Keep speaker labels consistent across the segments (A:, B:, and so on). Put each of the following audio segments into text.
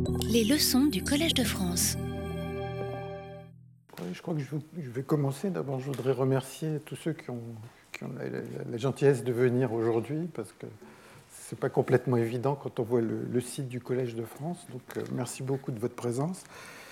A: Les leçons du Collège de France.
B: Oui, je crois que je vais commencer. D'abord, je voudrais remercier tous ceux qui ont la gentillesse de venir aujourd'hui, parce que ce n'est pas complètement évident quand on voit le site du Collège de France. Donc, merci beaucoup de votre présence.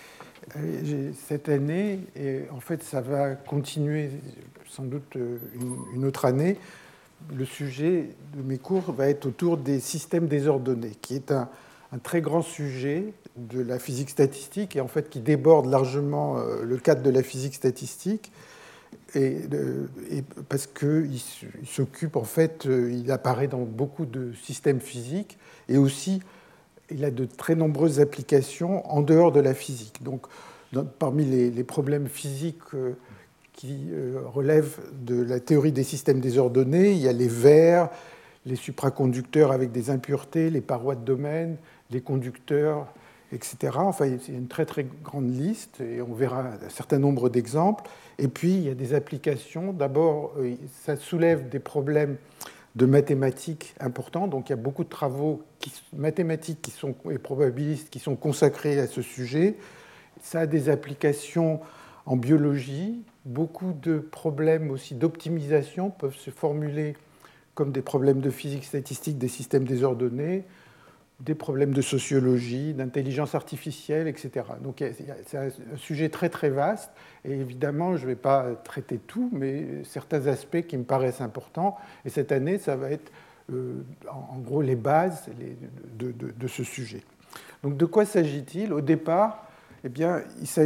B: Cette année, et en fait, ça va continuer sans doute une autre année, le sujet de mes cours va être autour des systèmes désordonnés, qui est un très grand sujet de la physique statistique et en fait qui déborde largement le cadre de la physique statistique et parce qu'il s'occupe en fait, il apparaît dans beaucoup de systèmes physiques et aussi il a de très nombreuses applications en dehors de la physique. Donc parmi les problèmes physiques qui relèvent de la théorie des systèmes désordonnés, il y a les verres, les supraconducteurs avec des impuretés, les parois de domaine, les conducteurs, etc. Enfin, il y a une très très grande liste et on verra un certain nombre d'exemples. Et puis, il y a des applications. D'abord, ça soulève des problèmes de mathématiques importants. Donc, il y a beaucoup de travaux mathématiques et probabilistes qui sont consacrés à ce sujet. Ça a des applications en biologie. Beaucoup de problèmes aussi d'optimisation peuvent se formuler comme des problèmes de physique statistique des systèmes désordonnés, des problèmes de sociologie, d'intelligence artificielle, etc. Donc c'est un sujet très très vaste, et évidemment je ne vais pas traiter tout, mais certains aspects qui me paraissent importants, et cette année ça va être en gros les bases de ce sujet. Donc de quoi s'agit-il? Au départ, eh bien,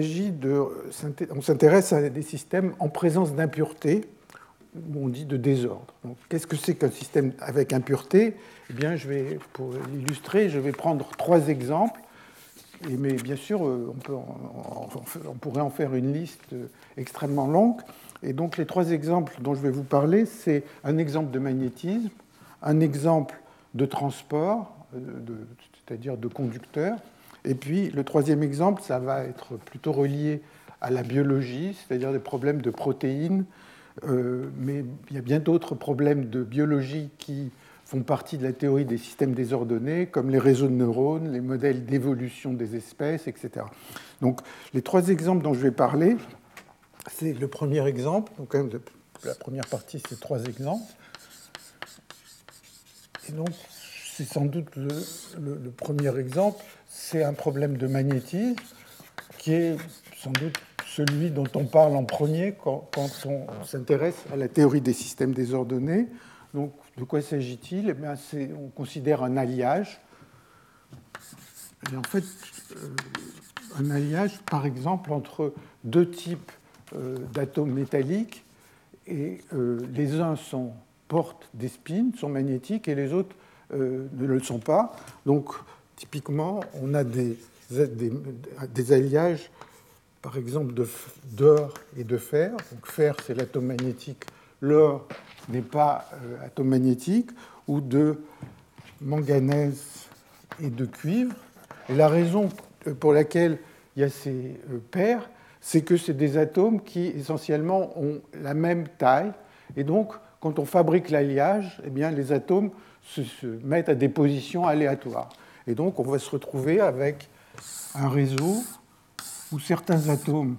B: on s'intéresse à des systèmes en présence d'impuretés, on dit de désordre. Donc, qu'est-ce que c'est qu'un système avec impureté? Eh bien, pour l'illustrer, je vais prendre 3 exemples. Mais bien sûr, on pourrait en faire une liste extrêmement longue. Et donc, les 3 exemples dont je vais vous parler, c'est un exemple de magnétisme, un exemple de transport, c'est-à-dire de conducteur. Et puis, le 3e exemple, ça va être plutôt relié à la biologie, c'est-à-dire des problèmes de protéines. Mais il y a bien d'autres problèmes de biologie qui font partie de la théorie des systèmes désordonnés, comme les réseaux de neurones, les modèles d'évolution des espèces, etc. Donc, les 3 exemples dont je vais parler, c'est le premier exemple. Donc, la première partie, c'est 3 exemples. Et donc, c'est sans doute le premier exemple, c'est un problème de magnétisme qui est sans doute celui dont on parle en premier quand on s'intéresse à la théorie des systèmes désordonnés. Donc, de quoi s'agit-il? Eh bien, on considère un alliage. Et en fait, un alliage, par exemple, entre 2 types d'atomes métalliques, et les uns portent des spins, sont magnétiques, et les autres ne le sont pas. Donc, typiquement, on a des alliages, par exemple, d'or et de fer. Donc, fer, c'est l'atome magnétique, l'or n'est pas atome magnétique, ou de manganèse et de cuivre. Et la raison pour laquelle il y a ces paires, c'est que c'est des atomes qui, essentiellement, ont la même taille. Et donc, quand on fabrique l'alliage, eh bien, les atomes se mettent à des positions aléatoires. Et donc, on va se retrouver avec un réseau où certains atomes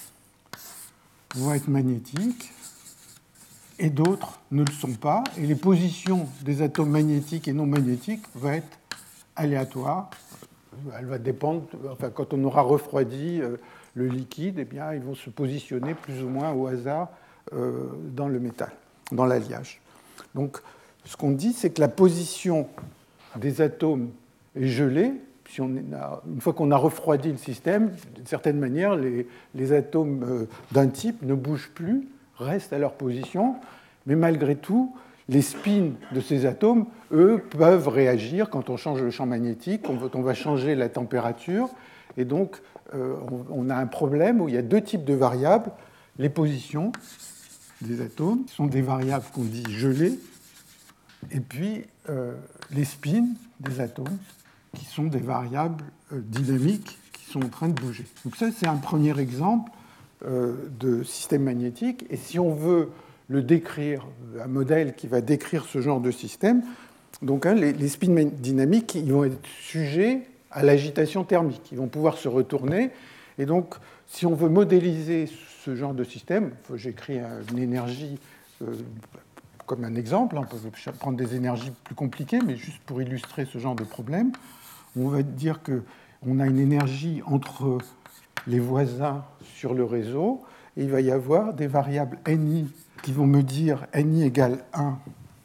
B: vont être magnétiques et d'autres ne le sont pas. Et les positions des atomes magnétiques et non magnétiques vont être aléatoires. Elle va dépendre, enfin, quand on aura refroidi le liquide, eh bien, ils vont se positionner plus ou moins au hasard dans le métal, dans l'alliage. Donc, ce qu'on dit, c'est que la position des atomes est gelée. Une fois qu'on a refroidi le système, d'une certaine manière, les atomes d'un type ne bougent plus, restent à leur position, mais malgré tout, les spins de ces atomes, eux, peuvent réagir quand on change le champ magnétique, on va changer la température, et donc on a un problème où il y a 2 types de variables, les positions des atomes, qui sont des variables qu'on dit gelées, et puis les spins des atomes, qui sont des variables dynamiques qui sont en train de bouger. Donc ça, c'est un premier exemple de système magnétique. Et si on veut le décrire, un modèle qui va décrire ce genre de système, donc les spins dynamiques, ils vont être sujets à l'agitation thermique. Ils vont pouvoir se retourner. Et donc, si on veut modéliser ce genre de système, j'écris une énergie comme un exemple, on peut prendre des énergies plus compliquées, mais juste pour illustrer ce genre de problème, on va dire qu'on a une énergie entre les voisins sur le réseau, et il va y avoir des variables NI qui vont me dire NI égale 1.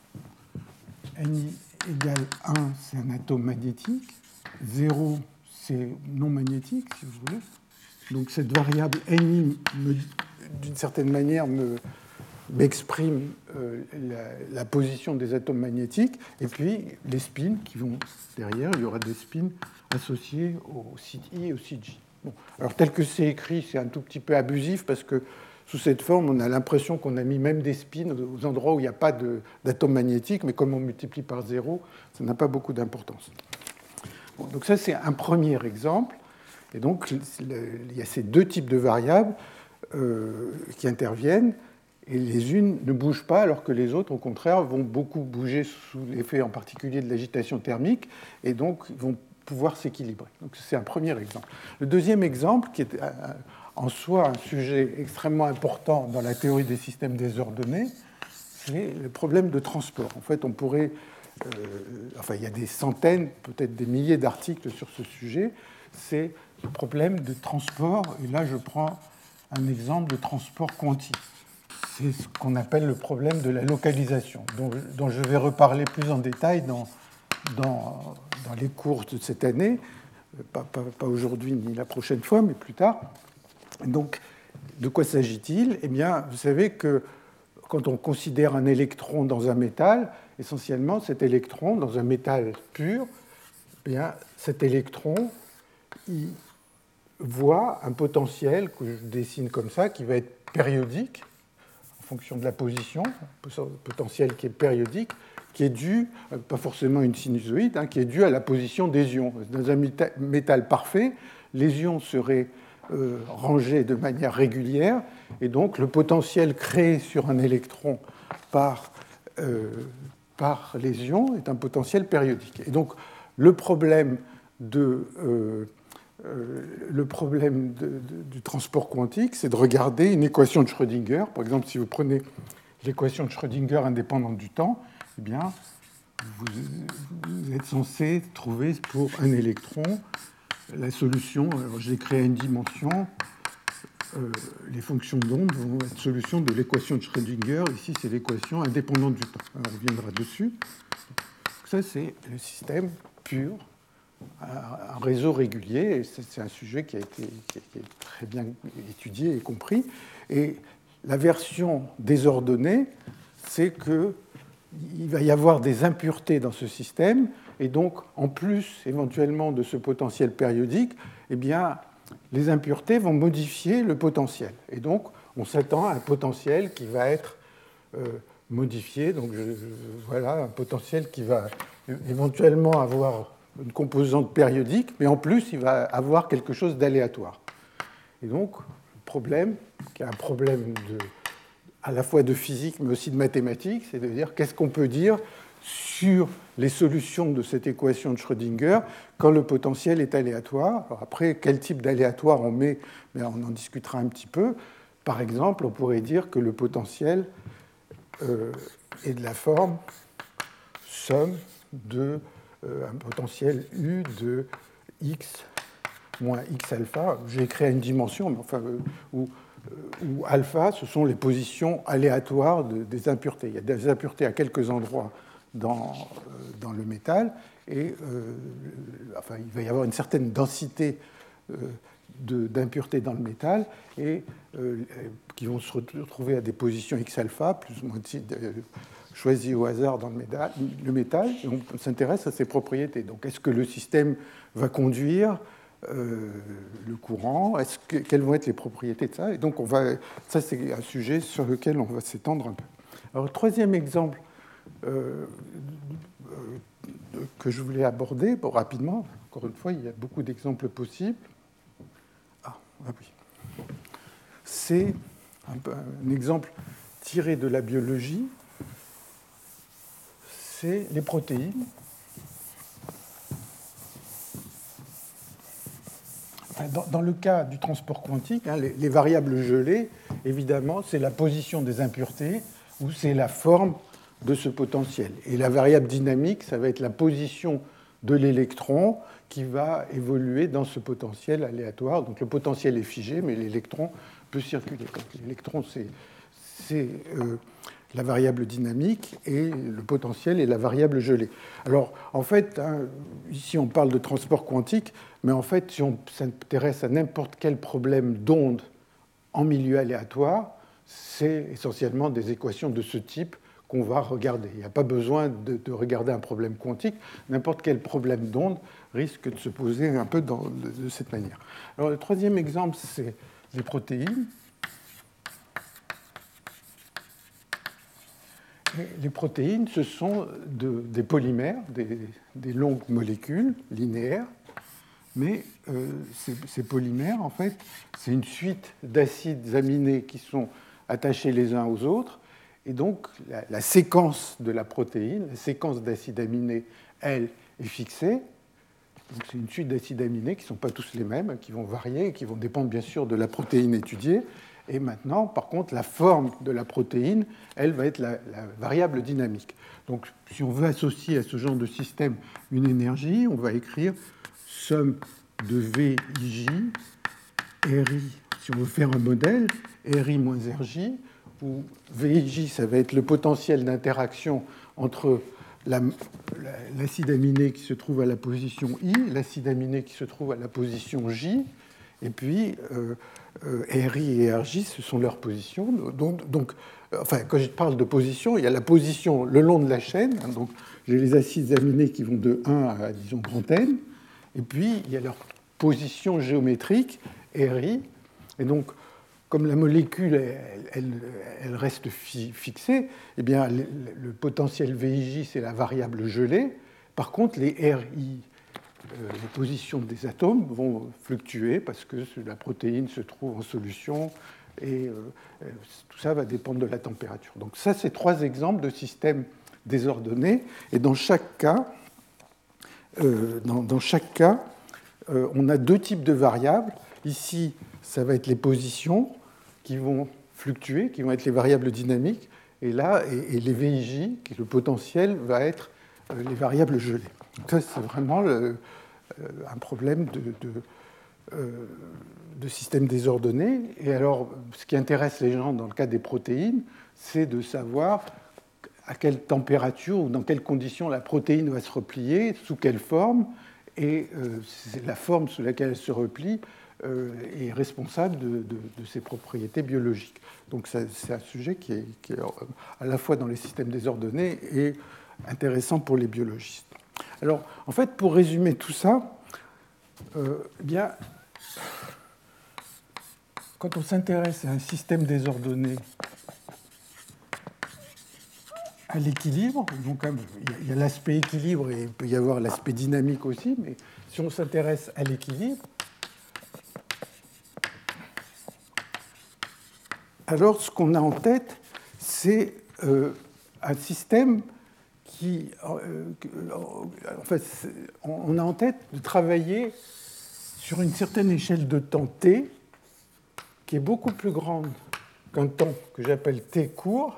B: NI égale 1, c'est un atome magnétique. 0, c'est non magnétique, si vous voulez. Donc cette variable NI, d'une certaine manière, m'exprime la position des atomes magnétiques, et puis les spins qui vont derrière, il y aura des spins associés au site I et au site J. Bon. Alors tel que c'est écrit, c'est un tout petit peu abusif, parce que sous cette forme, on a l'impression qu'on a mis même des spins aux endroits où il n'y a pas d'atomes magnétiques, mais comme on multiplie par 0, ça n'a pas beaucoup d'importance. Bon, donc ça, c'est un premier exemple. Et donc, il y a ces deux types de variables qui interviennent, et les unes ne bougent pas, alors que les autres, au contraire, vont beaucoup bouger sous l'effet en particulier de l'agitation thermique, et donc vont pouvoir s'équilibrer. Donc c'est un premier exemple. Le deuxième exemple, qui est en soi un sujet extrêmement important dans la théorie des systèmes désordonnés, c'est le problème de transport. En fait, on pourrait... il y a des centaines, peut-être des milliers d'articles sur ce sujet. C'est le problème de transport. Et là, je prends un exemple de transport quantique. C'est ce qu'on appelle le problème de la localisation, dont je vais reparler plus en détail dans les cours de cette année, pas aujourd'hui ni la prochaine fois, mais plus tard. Donc, de quoi s'agit-il ? Eh bien, vous savez que quand on considère un électron dans un métal, essentiellement, cet électron, dans un métal pur, eh bien, cet électron, il voit un potentiel que je dessine comme ça, qui va être périodique, en fonction de la position, un potentiel qui est périodique, qui est dû, pas forcément une sinusoïde, qui est dû à la position des ions. Dans un métal parfait, les ions seraient rangés de manière régulière, et donc le potentiel créé sur un électron par les ions est un potentiel périodique. Et donc le problème du transport quantique, c'est de regarder une équation de Schrödinger. Par exemple, si vous prenez l'équation de Schrödinger indépendante du temps, eh bien, vous êtes censé trouver pour un électron la solution. Alors, j'ai créé une dimension. Les fonctions d'onde vont être solution de l'équation de Schrödinger. Ici, c'est l'équation indépendante du temps. Alors, on reviendra dessus. Ça, c'est le système pur, un réseau régulier. Et c'est un sujet qui est très bien étudié et compris. Et la version désordonnée, c'est qu'il va y avoir des impuretés dans ce système. Et donc, en plus, éventuellement, de ce potentiel périodique, eh bien, les impuretés vont modifier le potentiel. Et donc, on s'attend à un potentiel qui va être modifié. Donc, voilà, un potentiel qui va éventuellement avoir une composante périodique, mais en plus, il va avoir quelque chose d'aléatoire. Et donc, le problème, qui est un problème à la fois de physique, mais aussi de mathématiques, c'est de dire qu'est-ce qu'on peut dire sur les solutions de cette équation de Schrödinger quand le potentiel est aléatoire. Alors après, quel type d'aléatoire on met, mais on en discutera un petit peu. Par exemple, on pourrait dire que le potentiel est de la forme somme de un potentiel U de x moins x alpha. J'ai créé une dimension, mais enfin, où alpha, ce sont les positions aléatoires des impuretés. Il y a des impuretés à quelques endroits dans le métal, et il va y avoir une certaine densité d'impuretés dans le métal, et qui vont se retrouver à des positions x alpha, plus ou moins choisies au hasard dans le métal, et on s'intéresse à ces propriétés. Donc, est-ce que le système va conduire le courant, quelles vont être les propriétés de ça? Et donc, ça, c'est un sujet sur lequel on va s'étendre un peu. Alors, le troisième exemple que je voulais aborder, rapidement, encore une fois, il y a beaucoup d'exemples possibles. Oui. C'est un exemple tiré de la biologie, c'est les protéines. dans le cas du transport quantique, hein, les variables gelées, évidemment, c'est la position des impuretés ou c'est la forme de ce potentiel. Et la variable dynamique, ça va être la position de l'électron qui va évoluer dans ce potentiel aléatoire. Donc le potentiel est figé, mais l'électron peut circuler. L'électron, c'est la variable dynamique et le potentiel est la variable gelée. Alors, en fait, hein, ici on parle de transport quantique, mais en fait, si on s'intéresse à n'importe quel problème d'onde en milieu aléatoire, c'est essentiellement des équations de ce type qu'on va regarder. Il n'y a pas besoin de regarder un problème quantique. N'importe quel problème d'onde risque de se poser un peu de cette manière. Alors, le troisième exemple, c'est les protéines. Les protéines, ce sont des polymères, des longues molécules linéaires, mais ces polymères, en fait, c'est une suite d'acides aminés qui sont attachés les uns aux autres, et donc la séquence de la protéine, la séquence d'acides aminés, elle, est fixée. Donc c'est une suite d'acides aminés qui ne sont pas tous les mêmes, qui vont varier, et qui vont dépendre bien sûr de la protéine étudiée. Et maintenant, par contre, la forme de la protéine, elle va être la variable dynamique. Donc, si on veut associer à ce genre de système une énergie, on va écrire somme de VIJ, RI, si on veut faire un modèle, RI moins RJ, où VIJ, ça va être le potentiel d'interaction entre l'acide aminé qui se trouve à la position I, l'acide aminé qui se trouve à la position J, et puis RI et RJ, ce sont leurs positions. Donc, enfin, quand je parle de position, il y a la position le long de la chaîne. Hein, donc, j'ai les acides aminés qui vont de 1 à, disons, grand N. Et puis, il y a leur position géométrique, RI. Et donc, comme la molécule, elle reste fixée, eh bien, le potentiel VIJ, c'est la variable gelée. Par contre, les RI, les positions des atomes vont fluctuer parce que la protéine se trouve en solution et tout ça va dépendre de la température. Donc ça, c'est 3 exemples de systèmes désordonnés. Et dans chaque cas, on a 2 types de variables. Ici, ça va être les positions qui vont fluctuer, qui vont être les variables dynamiques. Et là, et les VIJ, qui est le potentiel, va être les variables gelées. Donc ça, c'est vraiment un problème de système désordonné. Et alors, ce qui intéresse les gens dans le cas des protéines, c'est de savoir à quelle température ou dans quelles conditions la protéine va se replier, sous quelle forme, et c'est la forme sous laquelle elle se replie est responsable de ses propriétés biologiques. Donc c'est un sujet qui est à la fois dans les systèmes désordonnés et intéressant pour les biologistes. Alors, en fait, pour résumer tout ça, bien, quand on s'intéresse à un système désordonné, à l'équilibre, donc il y a l'aspect équilibre et il peut y avoir l'aspect dynamique aussi, mais si on s'intéresse à l'équilibre, alors ce qu'on a en tête, c'est un système qui, en fait, on a en tête de travailler sur une certaine échelle de temps t, qui est beaucoup plus grande qu'un temps que j'appelle t court,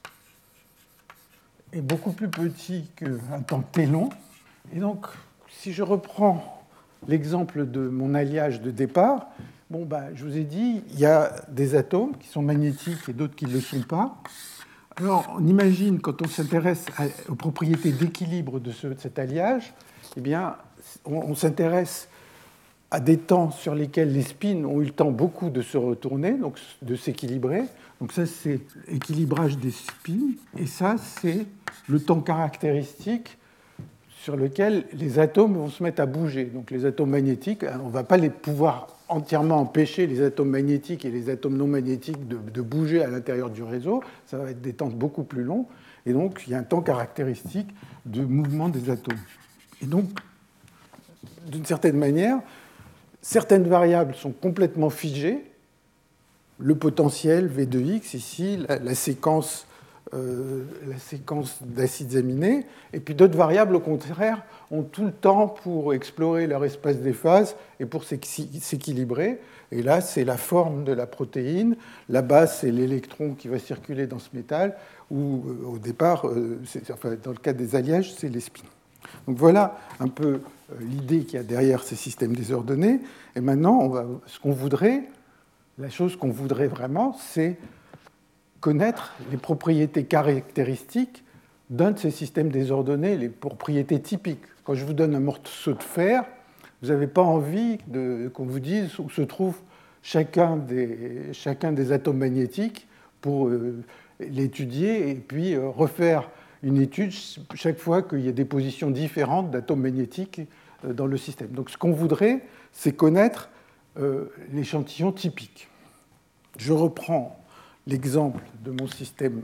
B: et beaucoup plus petit qu'un temps t long. Et donc, si je reprends l'exemple de mon alliage de départ, bon, je vous ai dit, il y a des atomes qui sont magnétiques et d'autres qui ne le sont pas. Alors, on imagine, quand on s'intéresse aux propriétés d'équilibre de cet alliage, eh bien, on s'intéresse à des temps sur lesquels les spins ont eu le temps beaucoup de se retourner, donc de s'équilibrer. Donc ça, c'est l'équilibrage des spins, et ça, c'est le temps caractéristique sur lequel les atomes vont se mettre à bouger. Donc les atomes magnétiques, on ne va pas pouvoir entièrement empêcher les atomes magnétiques et les atomes non magnétiques de bouger à l'intérieur du réseau. Ça va être des temps beaucoup plus longs. Et donc, il y a un temps caractéristique de mouvement des atomes. Et donc, d'une certaine manière, certaines variables sont complètement figées. Le potentiel V de x, ici, la séquence la séquence d'acides aminés, et puis d'autres variables, au contraire, ont tout le temps pour explorer leur espace des phases et pour s'équilibrer. Et là, c'est la forme de la protéine. Là-bas, c'est l'électron qui va circuler dans ce métal, ou au départ, enfin, dans le cas des alliages, c'est les spins. Donc voilà un peu l'idée qu'il y a derrière ces systèmes désordonnés. Et maintenant, ce qu'on voudrait, la chose qu'on voudrait vraiment, c'est connaître les propriétés caractéristiques d'un de ces systèmes désordonnés, les propriétés typiques. Quand je vous donne un morceau de fer, vous n'avez pas envie qu'on vous dise où se trouve chacun des atomes magnétiques pour l'étudier et puis refaire une étude chaque fois qu'il y a des positions différentes d'atomes magnétiques dans le système. Donc ce qu'on voudrait, c'est connaître l'échantillon typique. Je reprends l'exemple de mon système,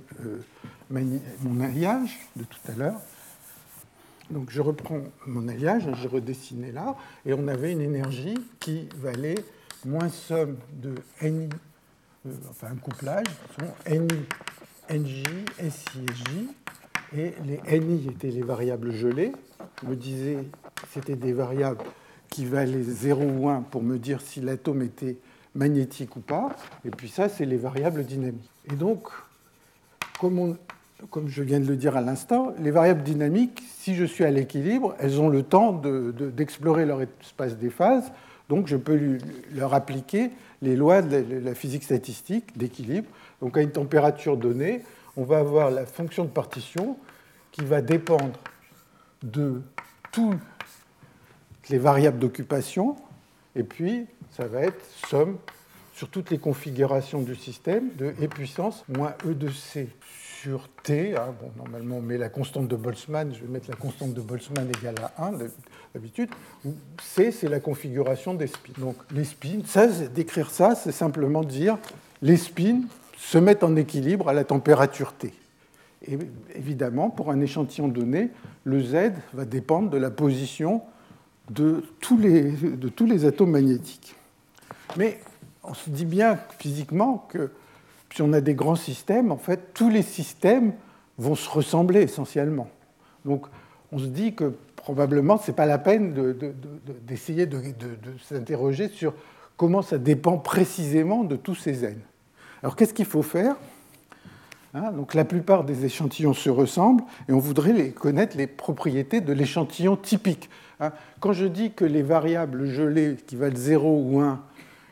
B: mon alliage de tout à l'heure. Donc je reprends mon alliage, je redessinais là, et on avait une énergie qui valait moins somme de NI, enfin un couplage, sont NI, NJ, SI et J, et les NI étaient les variables gelées. Je me disais que c'était des variables qui valaient 0 ou 1 pour me dire si l'atome était magnétique ou pas, et puis ça, c'est les variables dynamiques. Et donc, comme je viens de le dire à l'instant, les variables dynamiques, si je suis à l'équilibre, elles ont le temps d'explorer leur espace des phases, donc je peux leur appliquer les lois de la physique statistique d'équilibre. Donc à une température donnée, on va avoir la fonction de partition qui va dépendre de toutes les variables d'occupation, et puis ça va être somme sur toutes les configurations du système de E puissance moins E de C sur T. Bon, normalement, on met la constante de Boltzmann. Je vais mettre la constante de Boltzmann égale à 1, d'habitude. C, c'est la configuration des spins. Donc, les spins, décrire ça, c'est simplement dire les spins se mettent en équilibre à la température T. Et évidemment, pour un échantillon donné, le Z va dépendre de la position de tous les atomes magnétiques. Mais on se dit bien physiquement que si on a des grands systèmes, en fait, tous les systèmes vont se ressembler essentiellement. Donc, on se dit que probablement, ce n'est pas la peine d'essayer de s'interroger sur comment ça dépend précisément de tous ces n. Alors, qu'est-ce qu'il faut faire ? Donc, la plupart des échantillons se ressemblent et on voudrait connaître les propriétés de l'échantillon typique. Quand je dis que les variables gelées qui valent 0 ou 1,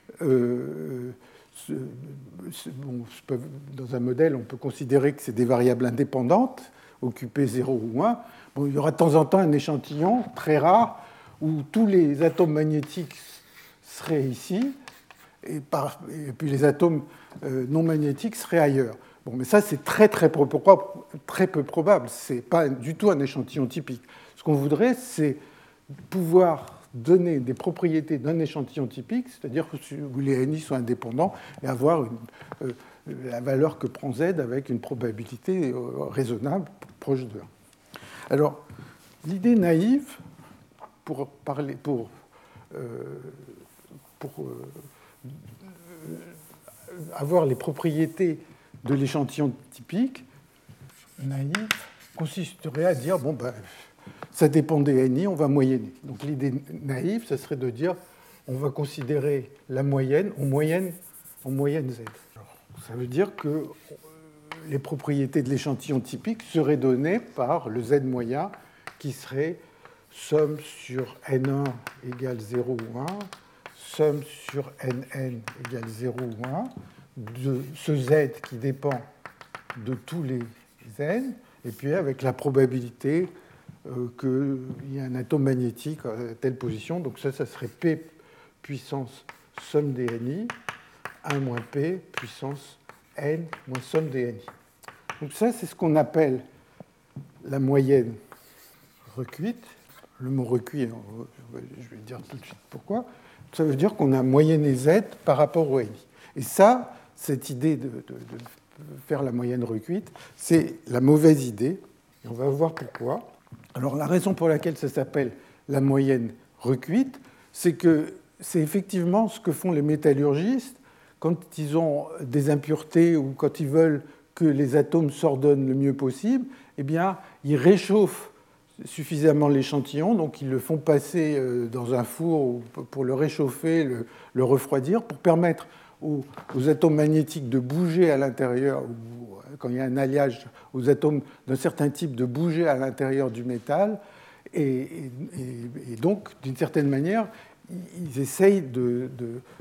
B: dans un modèle, on peut considérer que c'est des variables indépendantes, occupées 0 ou 1. Bon, il y aura de temps en temps un échantillon très rare où tous les atomes magnétiques seraient ici et puis les atomes non magnétiques seraient ailleurs. Bon, mais ça, c'est très peu probable. Ce n'est pas du tout un échantillon typique. Ce qu'on voudrait, c'est pouvoir donner des propriétés d'un échantillon typique, c'est-à-dire où les NI sont indépendants, et avoir la valeur que prend Z avec une probabilité raisonnable proche de 1. Alors, l'idée naïve, pour avoir les propriétés de l'échantillon typique, naïf, consisterait à dire, bon, ben, ça dépend des NI, on va moyenner. Donc l'idée naïve, ça serait de dire, on va considérer la moyenne en moyenne Z. Ça veut dire que les propriétés de l'échantillon typique seraient données par le Z moyen, qui serait somme sur N1 égale 0 ou 1, somme sur Nn égale 0 ou 1, de ce Z qui dépend de tous les N, et puis avec la probabilité qu'il y a un atome magnétique à telle position. Donc ça serait P puissance somme des NI, 1 moins P puissance N moins somme des NI. Donc ça, c'est ce qu'on appelle la moyenne recuite. Le mot recuit, je vais dire tout de suite pourquoi. Ça veut dire qu'on a moyenné Z par rapport au NI. Et ça, cette idée de faire la moyenne recuite, c'est la mauvaise idée. Et on va voir pourquoi. Alors la raison pour laquelle ça s'appelle la moyenne recuite, c'est que c'est effectivement ce que font les métallurgistes quand ils ont des impuretés ou quand ils veulent que les atomes s'ordonnent le mieux possible, eh bien, ils réchauffent suffisamment l'échantillon, donc ils le font passer dans un four pour le réchauffer, le refroidir, pour permettre aux atomes magnétiques de bouger à l'intérieur, ou quand il y a un alliage aux atomes d'un certain type de bouger à l'intérieur du métal. Et donc, d'une certaine manière, ils essayent de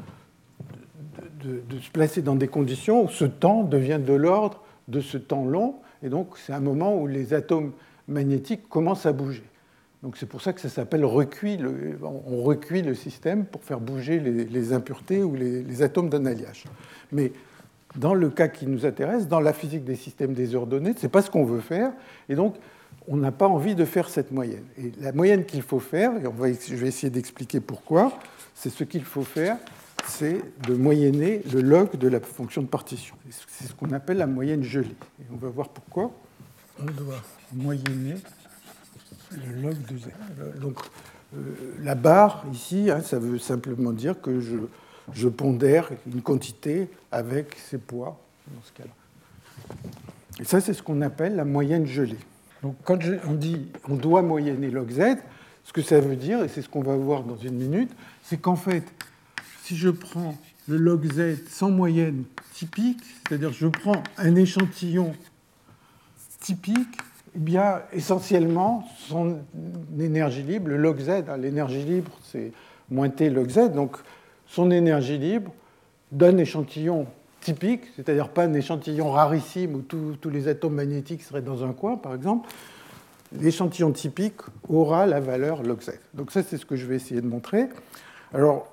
B: se placer dans des conditions où ce temps devient de l'ordre de ce temps long. Et donc, c'est un moment où les atomes magnétiques commencent à bouger. Donc, c'est pour ça que ça s'appelle recuit. On recuit le système pour faire bouger les impuretés ou les atomes d'un alliage. Mais dans le cas qui nous intéresse, dans la physique des systèmes désordonnés, ce n'est pas ce qu'on veut faire. Et donc, on n'a pas envie de faire cette moyenne. Et la moyenne qu'il faut faire, et je vais essayer d'expliquer pourquoi, c'est ce qu'il faut faire, c'est de moyenner le log de la fonction de partition. C'est ce qu'on appelle la moyenne gelée. Et on va voir pourquoi. On doit moyenner le log de z. Donc, la barre, ici, ça veut simplement dire que je pondère une quantité avec ses poids, dans ce cas-là. Et ça, c'est ce qu'on appelle la moyenne gelée. Donc, quand on dit on doit moyenner log z, ce que ça veut dire, et c'est ce qu'on va voir dans une minute, c'est qu'en fait, si je prends le log z sans moyenne typique, c'est-à-dire je prends un échantillon typique, eh bien, essentiellement, son énergie libre, le log z, l'énergie libre, c'est moins t log z, donc son énergie libre d'un échantillon typique, c'est-à-dire pas un échantillon rarissime où tous les atomes magnétiques seraient dans un coin, par exemple, l'échantillon typique aura la valeur log z. Donc ça, c'est ce que je vais essayer de montrer. Alors,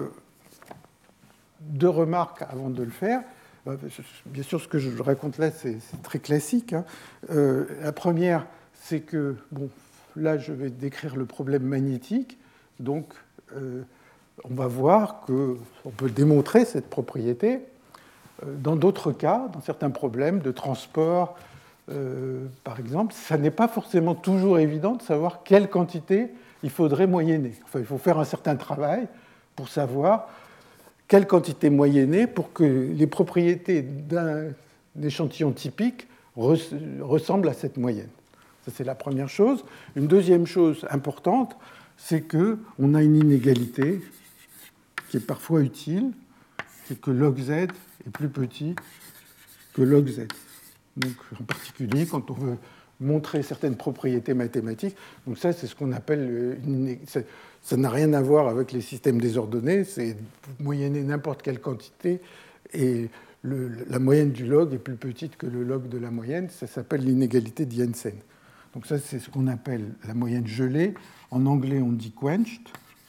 B: deux remarques avant de le faire. Bien sûr, ce que je raconte là, c'est très classique. La première, c'est que, bon, là, je vais décrire le problème magnétique. Donc, on va voir qu'on peut démontrer cette propriété. Dans d'autres cas, dans certains problèmes de transport, par exemple, ça n'est pas forcément toujours évident de savoir quelle quantité il faudrait moyenner. Enfin, il faut faire un certain travail pour savoir quelle quantité moyenner pour que les propriétés d'un échantillon typique ressemblent à cette moyenne. Ça, c'est la première chose. Une deuxième chose importante, c'est qu'on a une inégalité qui est parfois utile, c'est que log z est plus petit que log z. Donc, en particulier, quand on veut montrer certaines propriétés mathématiques. Donc ça, c'est ce qu'on appelle ça n'a rien à voir avec les systèmes désordonnés, c'est moyenner n'importe quelle quantité et la moyenne du log est plus petite que le log de la moyenne, ça s'appelle l'inégalité de Jensen. Donc ça, c'est ce qu'on appelle la moyenne gelée. En anglais, on dit quenched.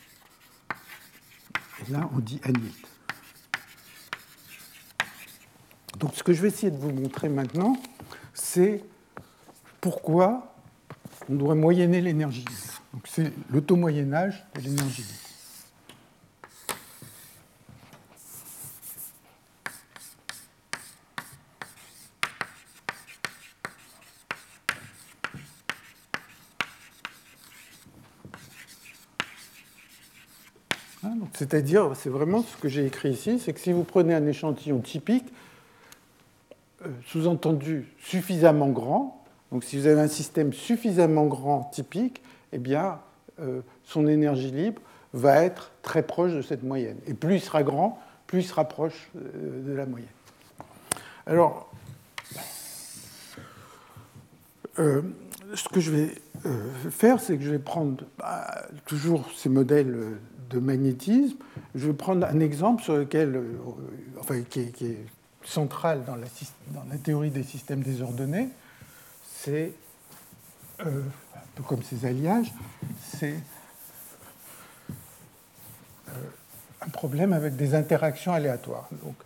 B: Et là, on dit annealed. Donc ce que je vais essayer de vous montrer maintenant, c'est pourquoi on doit moyenner l'énergie libre. Donc c'est l'auto-moyennage de l'énergie libre. C'est-à-dire, c'est vraiment ce que j'ai écrit ici, c'est que si vous prenez un échantillon typique, sous-entendu suffisamment grand, donc si vous avez un système suffisamment grand typique, eh bien, son énergie libre va être très proche de cette moyenne. Et plus il sera grand, plus il sera proche de la moyenne. Alors, ce que je vais faire, c'est que je vais prendre toujours ces modèles de magnétisme. Je vais prendre un exemple sur lequel, qui est central dans la théorie des systèmes désordonnés. C'est un peu comme ces alliages, c'est un problème avec des interactions aléatoires.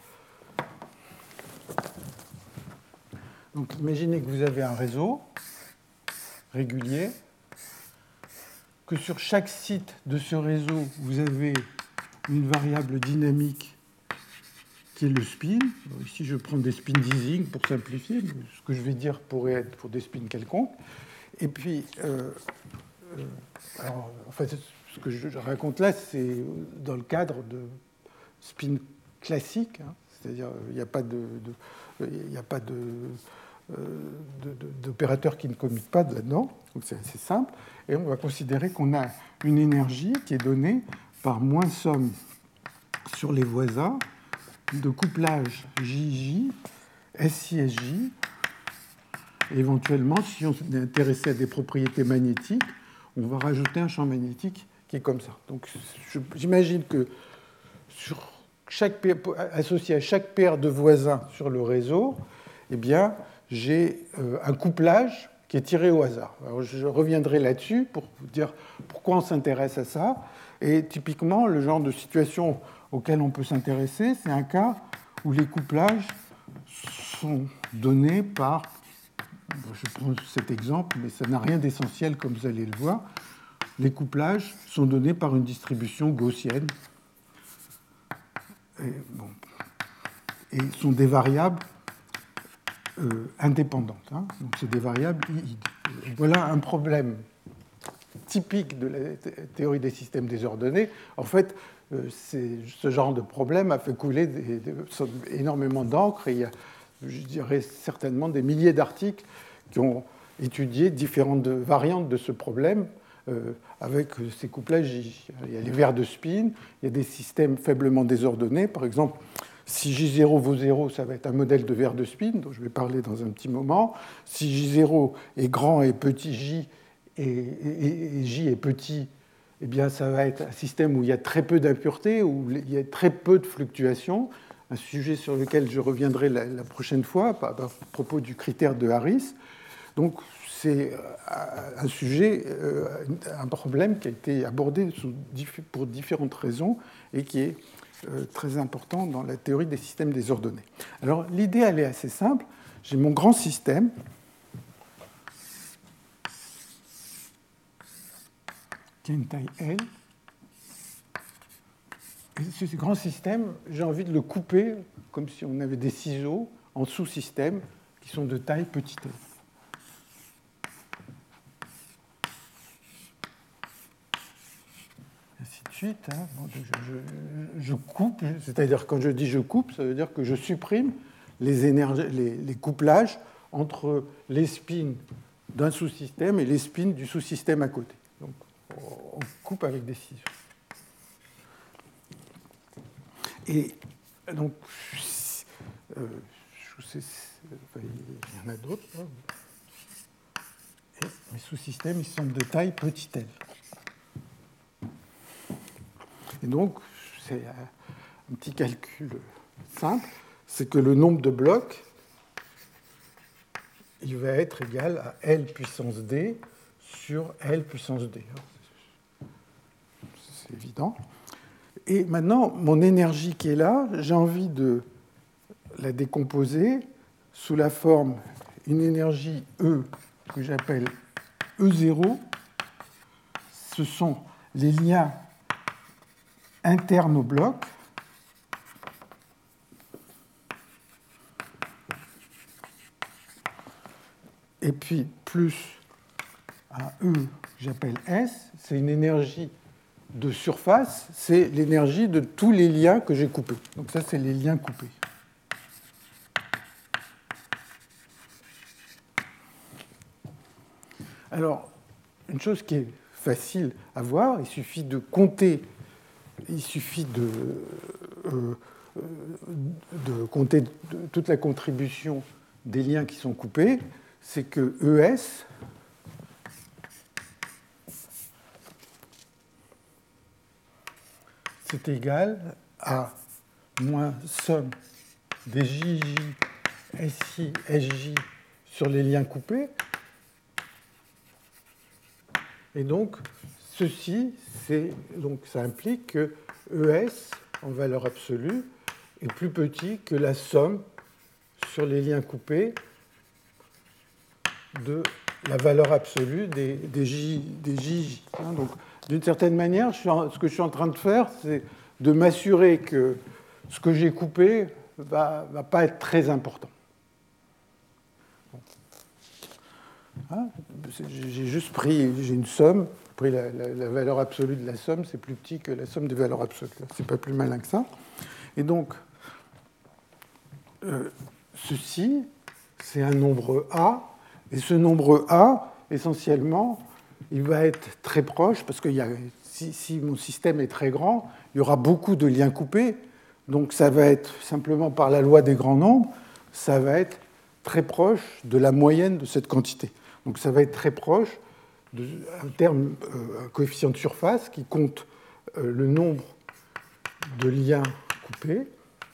B: Donc, imaginez que vous avez un réseau régulier, que sur chaque site de ce réseau, vous avez une variable dynamique qui est le spin. Alors ici, je prends des spin d'Ising pour simplifier. Ce que je vais dire pourrait être pour des spins quelconques. Et puis, ce que je raconte là, c'est dans le cadre de spin classique, hein, c'est-à-dire il n'y a pas d'opérateur qui ne commute pas là-dedans, donc c'est assez simple, et on va considérer qu'on a une énergie qui est donnée par moins somme sur les voisins de couplage JJ, SI-SJ. Éventuellement, si on est intéressé à des propriétés magnétiques, on va rajouter un champ magnétique qui est comme ça. Donc j'imagine que associé à chaque paire de voisins sur le réseau, eh bien, j'ai un couplage qui est tiré au hasard. Alors, je reviendrai là-dessus pour vous dire pourquoi on s'intéresse à ça. Et typiquement, le genre de situation auquel on peut s'intéresser, c'est un cas où les couplages sont donnés par... Je prends cet exemple, mais ça n'a rien d'essentiel, comme vous allez le voir. Les couplages sont donnés par une distribution gaussienne et sont des variables indépendantes. Donc, c'est des variables I. Voilà un problème typique de la théorie des systèmes désordonnés. En fait, ce genre de problème a fait couler énormément d'encre et il y a, je dirais, certainement des milliers d'articles qui ont étudié différentes variantes de ce problème avec ces couplages. Il y a les verres de spin, il y a des systèmes faiblement désordonnés. Par exemple, si J0 vaut 0, ça va être un modèle de verre de spin, dont je vais parler dans un petit moment. Si J0 est grand et petit J, et J est petit, eh bien, ça va être un système où il y a très peu d'impuretés, où il y a très peu de fluctuations, un sujet sur lequel je reviendrai la prochaine fois à propos du critère de Harris. Donc, c'est un sujet, un problème qui a été abordé pour différentes raisons et qui est très important dans la théorie des systèmes désordonnés. Alors, l'idée, elle est assez simple. J'ai mon grand système qui a une taille L. Et ce grand système, j'ai envie de le couper comme si on avait des ciseaux en sous-systèmes qui sont de taille petite L. Ainsi de suite. Bon, je coupe, c'est-à-dire quand je dis je coupe, ça veut dire que je supprime les couplages entre les spins d'un sous-système et les spins du sous-système à côté. Donc, on coupe avec des ciseaux. Et donc, il y en a d'autres. Et mes sous-systèmes, ils sont de taille petite l. Et donc, c'est un petit calcul simple, c'est que le nombre de blocs, il va être égal à L puissance D sur L puissance D. C'est évident. Et maintenant, mon énergie qui est là, j'ai envie de la décomposer sous la forme une énergie E que j'appelle E0. Ce sont les liens internes au bloc. Et puis plus un E que j'appelle S, c'est une énergie de surface, c'est l'énergie de tous les liens que j'ai coupés. Donc ça, c'est les liens coupés. Alors, une chose qui est facile à voir, il suffit de compter, compter toute la contribution des liens qui sont coupés, c'est que ES c'est égal à moins somme des JJ, SI, SJ sur les liens coupés. Et donc, ceci, ça implique que ES, en valeur absolue, est plus petit que la somme sur les liens coupés de la valeur absolue des JJ. Donc, d'une certaine manière, ce que je suis en train de faire, c'est de m'assurer que ce que j'ai coupé ne va pas être très important. J'ai une somme, pris la valeur absolue de la somme, c'est plus petit que la somme des valeurs absolues. C'est pas plus malin que ça. Et donc, ceci, c'est un nombre A, et ce nombre A, essentiellement, il va être très proche, parce que si mon système est très grand, il y aura beaucoup de liens coupés, donc ça va être simplement par la loi des grands nombres, ça va être très proche de la moyenne de cette quantité. Donc ça va être très proche d'un terme, un coefficient de surface qui compte le nombre de liens coupés.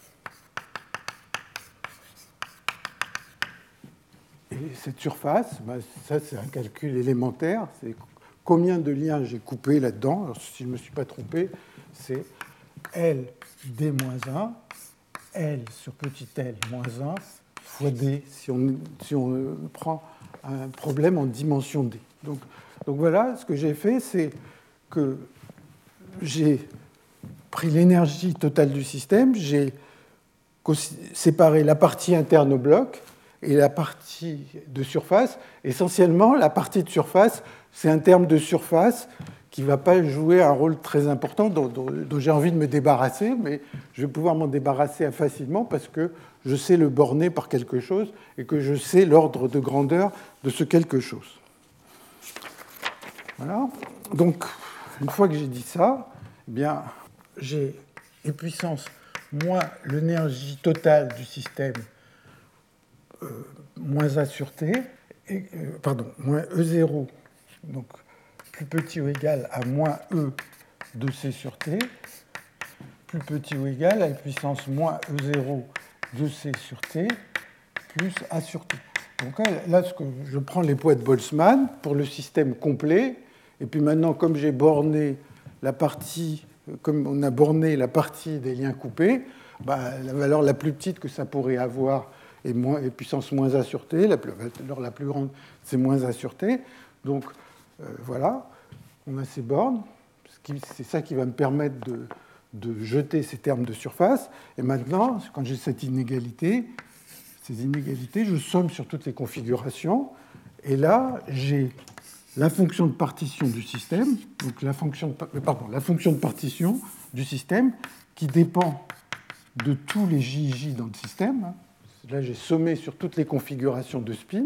B: Et cette surface, ça c'est un calcul élémentaire, c'est combien de liens j'ai coupés là-dedans. Alors, si je ne me suis pas trompé, c'est L d-1, L sur petit l moins 1 fois d, si on prend un problème en dimension d. Donc voilà, ce que j'ai fait, c'est que j'ai pris l'énergie totale du système, j'ai séparé la partie interne au bloc et la partie de surface. Essentiellement, la partie de surface, c'est un terme de surface qui ne va pas jouer un rôle très important, dont j'ai envie de me débarrasser, mais je vais pouvoir m'en débarrasser facilement parce que je sais le borner par quelque chose et que je sais l'ordre de grandeur de ce quelque chose. Voilà. Donc, une fois que j'ai dit ça, eh bien, j'ai E puissance moins l'énergie totale du système moins A sur T, moins E0, donc plus petit ou égal à moins E de C sur T, plus petit ou égal à E puissance moins E0 de C sur T, plus A sur T. Donc là, je prends les poids de Boltzmann pour le système complet, et puis maintenant, comme j'ai borné la partie, comme on a borné la partie des liens coupés, la valeur la plus petite que ça pourrait avoir est puissance moins A sur T, la plus grande, c'est moins A sur T. Donc voilà, on a ces bornes, c'est ça qui va me permettre de jeter ces termes de surface. Et maintenant, quand j'ai ces inégalités, je somme sur toutes les configurations, et là, j'ai la fonction de partition du système, donc la fonction de partition du système qui dépend de tous les JJ dans le système. Là, j'ai sommé sur toutes les configurations de spin.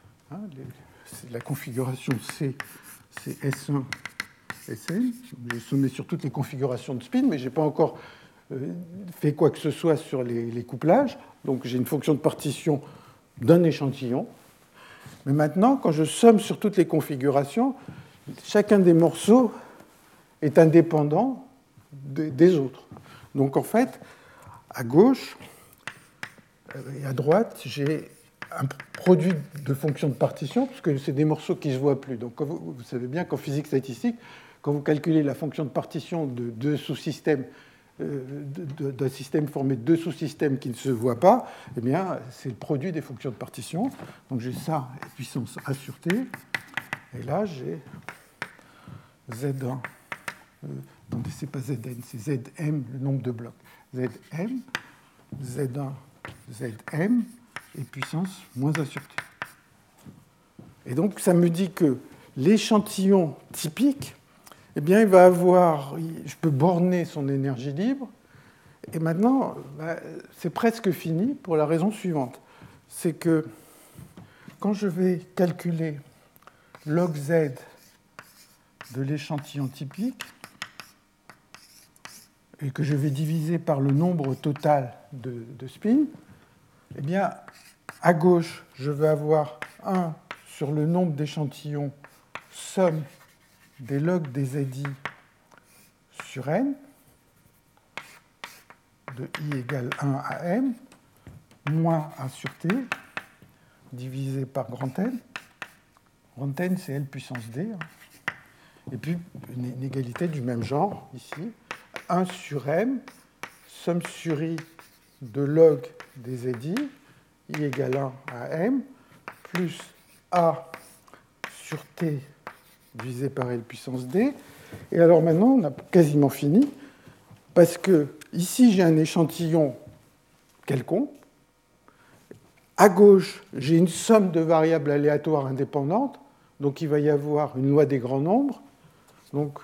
B: La configuration C, c'est S1, Sn. J'ai sommé sur toutes les configurations de spin, mais je n'ai pas encore fait quoi que ce soit sur les couplages. Donc, j'ai une fonction de partition d'un échantillon. Mais maintenant, quand je somme sur toutes les configurations, chacun des morceaux est indépendant des autres. Donc, en fait, à gauche et à droite, j'ai un produit de fonctions de partition, puisque c'est des morceaux qui ne se voient plus. Donc, vous savez bien qu'en physique statistique, quand vous calculez la fonction de partition de deux sous-systèmes, d'un système formé de deux sous-systèmes qui ne se voient pas, eh bien, c'est le produit des fonctions de partition. Donc, j'ai ça, puissance A sur T, et là, j'ai Z1. Non, c'est pas Zn, c'est Zm, le nombre de blocs. Zm, Z1, Zm, et puissance moins A sur T. Et donc, ça me dit que l'échantillon typique, eh bien, je peux borner son énergie libre. Et maintenant, c'est presque fini pour la raison suivante. C'est que quand je vais calculer log Z de l'échantillon typique, et que je vais diviser par le nombre total de spins, eh bien, à gauche, je vais avoir 1 sur le nombre d'échantillons somme des logs des ZI sur n, de I égale 1 à m, moins A sur T, divisé par grand N. Grand N, c'est L puissance D. Et puis, une inégalité du même genre, ici. 1 sur m, somme sur I de log des ZI, I égale 1 à m, plus A sur T divisé par L puissance D. Et alors maintenant, on a quasiment fini, parce que ici, j'ai un échantillon quelconque. À gauche, j'ai une somme de variables aléatoires indépendantes, donc il va y avoir une loi des grands nombres. Donc,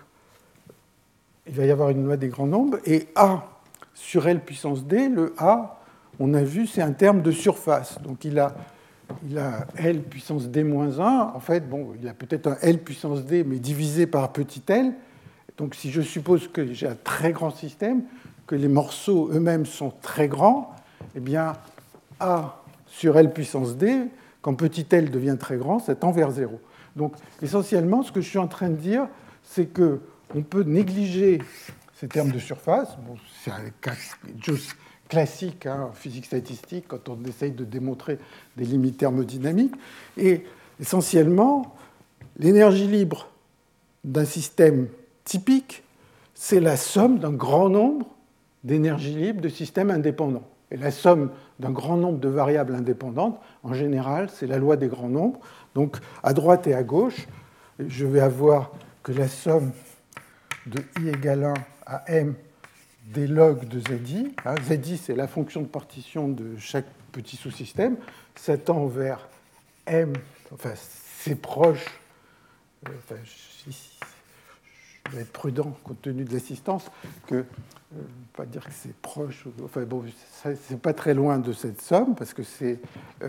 B: il va y avoir une loi des grands nombres, et A sur L puissance D, le A, on a vu, c'est un terme de surface. Donc il a L puissance D-1. En fait, bon, il a peut-être un L puissance D, mais divisé par petit l. Donc si je suppose que j'ai un très grand système, que les morceaux eux-mêmes sont très grands, eh bien, A sur L puissance D, quand petit l devient très grand, ça tend vers 0. Donc essentiellement, ce que je suis en train de dire, c'est qu'on peut négliger ces termes de surface. Bon, c'est une chose classique en physique statistique quand on essaye de démontrer des limites thermodynamiques. Et essentiellement, l'énergie libre d'un système typique, c'est la somme d'un grand nombre d'énergies libres de systèmes indépendants. Et la somme d'un grand nombre de variables indépendantes, en général, c'est la loi des grands nombres. Donc, à droite et à gauche, je vais avoir que la somme de I égale 1 à M des logs de ZI. ZI, c'est la fonction de partition de chaque petit sous-système. Ça tend vers M, enfin, c'est proche. Enfin, je vais être prudent compte tenu de l'assistance, que pas dire que c'est proche. Enfin, bon, c'est pas très loin de cette somme, parce que c'est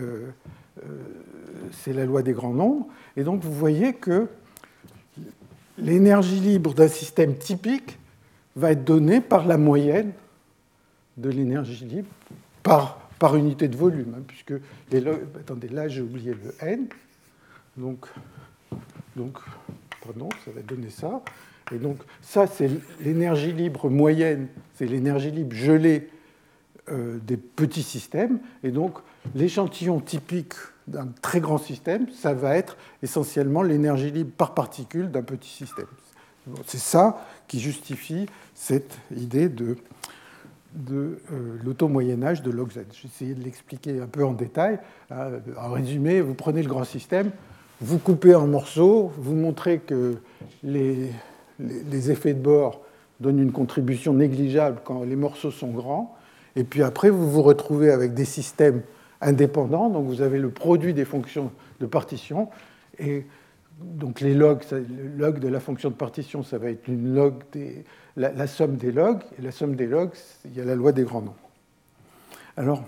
B: la loi des grands nombres. Et donc, vous voyez que l'énergie libre d'un système typique va être donnée par la moyenne de l'énergie libre par unité de volume, puisque attendez, là j'ai oublié le n, donc pardon, ça va donner ça. Et donc ça c'est l'énergie libre moyenne, c'est l'énergie libre gelée des petits systèmes, et donc l'échantillon typique d'un très grand système, ça va être essentiellement l'énergie libre par particule d'un petit système. C'est ça qui justifie cette idée de l'auto-moyen-âge de log z. J'ai essayé de l'expliquer un peu en détail. En résumé, vous prenez le grand système, vous coupez en morceaux, vous montrez que les effets de bord donnent une contribution négligeable quand les morceaux sont grands, et puis après, vous vous retrouvez avec des systèmes indépendants, donc vous avez le produit des fonctions de partition, et donc les logs, le log de la fonction de partition, ça va être une log la somme des logs, et la somme des logs, il y a la loi des grands nombres. Alors,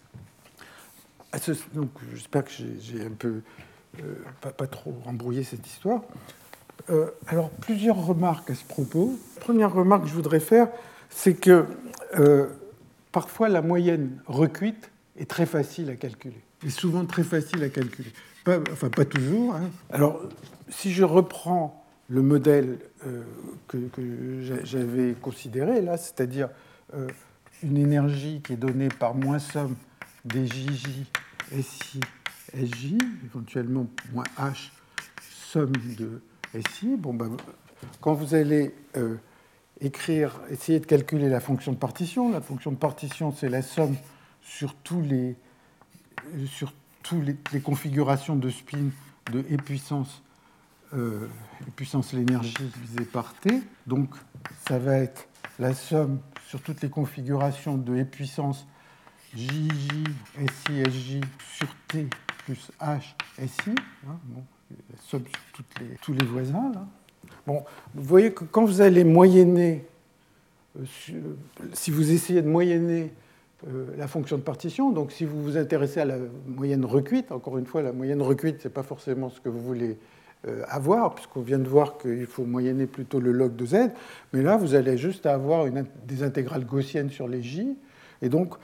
B: donc, j'espère que j'ai un peu pas trop embrouillé cette histoire. Alors, plusieurs remarques à ce propos. La première remarque que je voudrais faire, c'est que parfois la moyenne recuite est très facile à calculer, est souvent très facile à calculer. Pas toujours. Alors, si je reprends le modèle que j'avais considéré, là, c'est-à-dire une énergie qui est donnée par moins somme des JJ, SI, SJ, éventuellement moins H, somme de SI. Bon, ben, quand vous allez essayer de calculer la fonction de partition c'est la somme sur toutes les configurations de spin de E puissance l'énergie divisée par T. Donc, ça va être la somme sur toutes les configurations de E puissance JJ, SI, SJ sur T plus H, SI. Bon, la somme sur tous les voisins. Là. Bon, vous voyez que quand vous allez moyenner, si vous essayez de moyenner la fonction de partition, donc si vous vous intéressez à la moyenne recuite, encore une fois, la moyenne recuite, ce n'est pas forcément ce que vous voulez avoir, puisqu'on vient de voir qu'il faut moyenner plutôt le log de z, mais là, vous allez juste avoir des intégrales gaussiennes sur les j, et donc,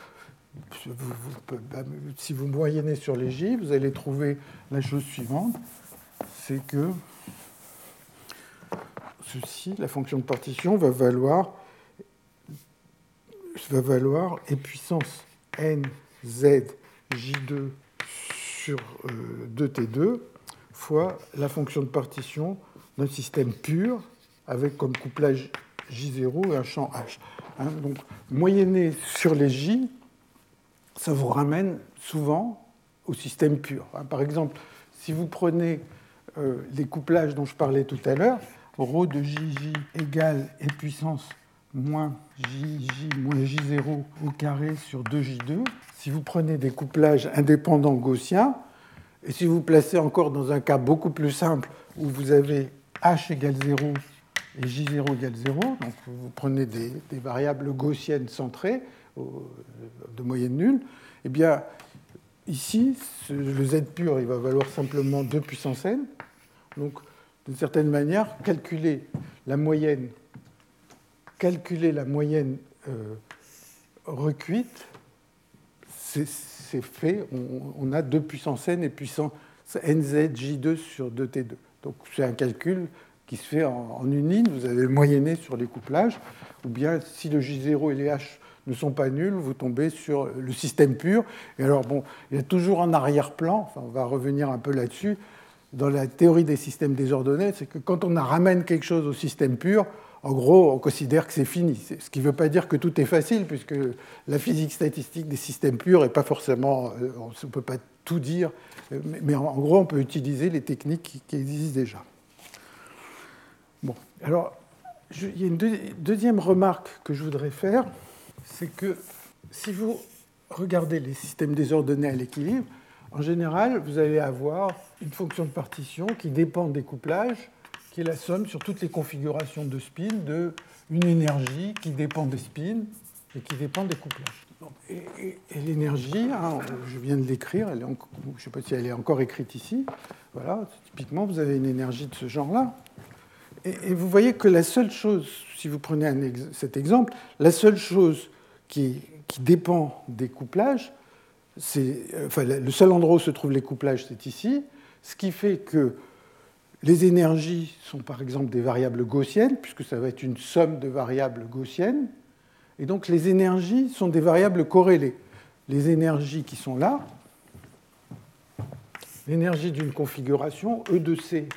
B: si vous moyennez sur les j, vous allez trouver la chose suivante, c'est que ceci, la fonction de partition, va valoir E puissance n z j2 sur 2t2 fois la fonction de partition d'un système pur avec comme couplage J0 et un champ H. Donc, moyenner sur les J, ça vous ramène souvent au système pur. Par exemple, si vous prenez les couplages dont je parlais tout à l'heure, ρ de JJ égale E puissance moins JJ moins J0 au carré sur 2J2, si vous prenez des couplages indépendants gaussiens, et si vous placez encore dans un cas beaucoup plus simple où vous avez H égale 0 et J0 égale 0. Donc vous prenez des variables gaussiennes centrées de moyenne nulle. Eh bien, ici, le Z pur, il va valoir simplement 2 puissance n. Donc, d'une certaine manière, calculer la moyenne recuite, c'est fait. On a 2 puissance n et puissance nz j2 sur 2t2. Donc, c'est un calcul qui se fait en une ligne. Vous avez moyenné sur les couplages. Ou bien, si le J0 et les H ne sont pas nuls, vous tombez sur le système pur. Et alors, bon, il y a toujours un arrière-plan, enfin, on va revenir un peu là-dessus, dans la théorie des systèmes désordonnés, c'est que quand on ramène quelque chose au système pur, en gros, on considère que c'est fini. Ce qui ne veut pas dire que tout est facile, puisque la physique statistique des systèmes purs n'est pas forcément... on ne peut pas tout dire, mais en gros, on peut utiliser les techniques qui existent déjà. Bon, alors, il y a une deuxième remarque que je voudrais faire, c'est que si vous regardez les systèmes désordonnés à l'équilibre, en général, vous allez avoir une fonction de partition qui dépend des couplages, qui est la somme sur toutes les configurations de spin d'une énergie qui dépend des spins et qui dépend des couplages. Et l'énergie, hein, je viens de l'écrire, je ne sais pas si elle est encore écrite ici. Voilà, typiquement, vous avez une énergie de ce genre-là. Et vous voyez que la seule chose, si vous prenez cet exemple, la seule chose qui dépend des couplages, le seul endroit où se trouvent les couplages, c'est ici, ce qui fait que les énergies sont par exemple des variables gaussiennes, puisque ça va être une somme de variables gaussiennes, et donc les énergies sont des variables corrélées. Les énergies qui sont là, l'énergie d'une configuration, E de C,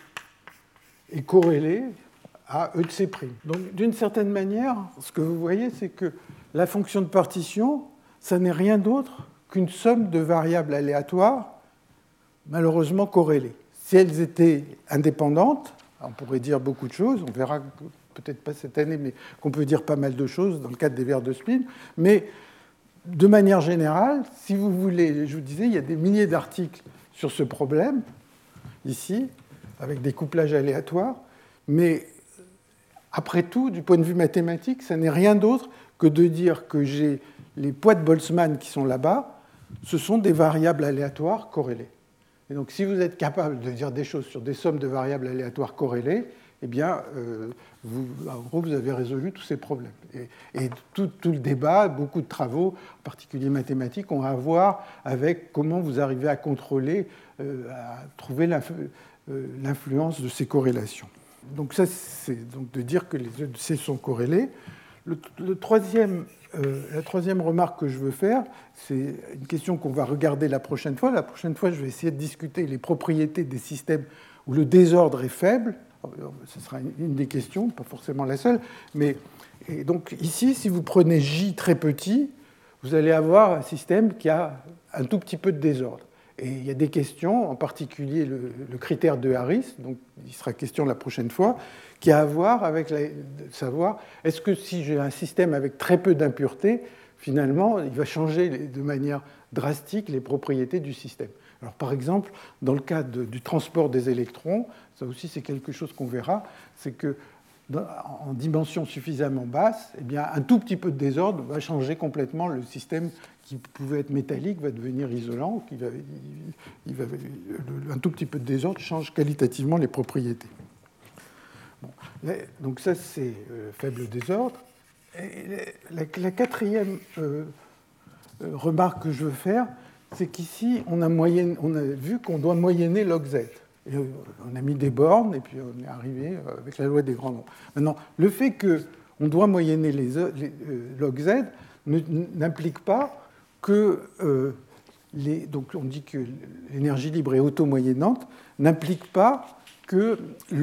B: est corrélée à E de C'. Donc d'une certaine manière, ce que vous voyez, c'est que la fonction de partition, ça n'est rien d'autre qu'une somme de variables aléatoires malheureusement corrélées. Si elles étaient indépendantes, on pourrait dire beaucoup de choses, on verra peut-être pas cette année, mais qu'on peut dire pas mal de choses dans le cadre des verres de spin, mais de manière générale, si vous voulez, je vous disais, il y a des milliers d'articles sur ce problème, ici, avec des couplages aléatoires, mais après tout, du point de vue mathématique, ça n'est rien d'autre que de dire que j'ai les poids de Boltzmann qui sont là-bas, ce sont des variables aléatoires corrélées. Et donc, si vous êtes capable de dire des choses sur des sommes de variables aléatoires corrélées, eh bien, en gros, vous avez résolu tous ces problèmes. Et tout le débat, beaucoup de travaux, en particulier mathématiques, ont à voir avec comment vous arrivez à contrôler, à trouver l'influence de ces corrélations. Donc, ça, c'est donc de dire que les E de C sont corrélés. La troisième remarque que je veux faire, c'est une question qu'on va regarder la prochaine fois. La prochaine fois, je vais essayer de discuter les propriétés des systèmes où le désordre est faible. Ce sera une des questions, pas forcément la seule. Mais et donc ici, si vous prenez J très petit, vous allez avoir un système qui a un tout petit peu de désordre. Et il y a des questions, en particulier le critère de Harris, donc il sera question la prochaine fois, qui a à voir avec savoir est-ce que si j'ai un système avec très peu d'impuretés, finalement, il va changer de manière drastique les propriétés du système. Alors, par exemple, dans le cas du transport des électrons, ça aussi c'est quelque chose qu'on verra, c'est que en dimension suffisamment basse, eh bien, un tout petit peu de désordre va changer complètement le système qui pouvait être métallique, va devenir isolant. Un tout petit peu de désordre change qualitativement les propriétés. Bon, donc ça, c'est faible désordre. Et la quatrième remarque que je veux faire, c'est qu'ici, on a vu qu'on doit moyenner log z. Et on a mis des bornes, et puis on est arrivé avec la loi des grands nombres. Maintenant, le fait qu'on doit moyenner les log z n'implique pas que... donc on dit que l'énergie libre est auto-moyennante, n'implique pas que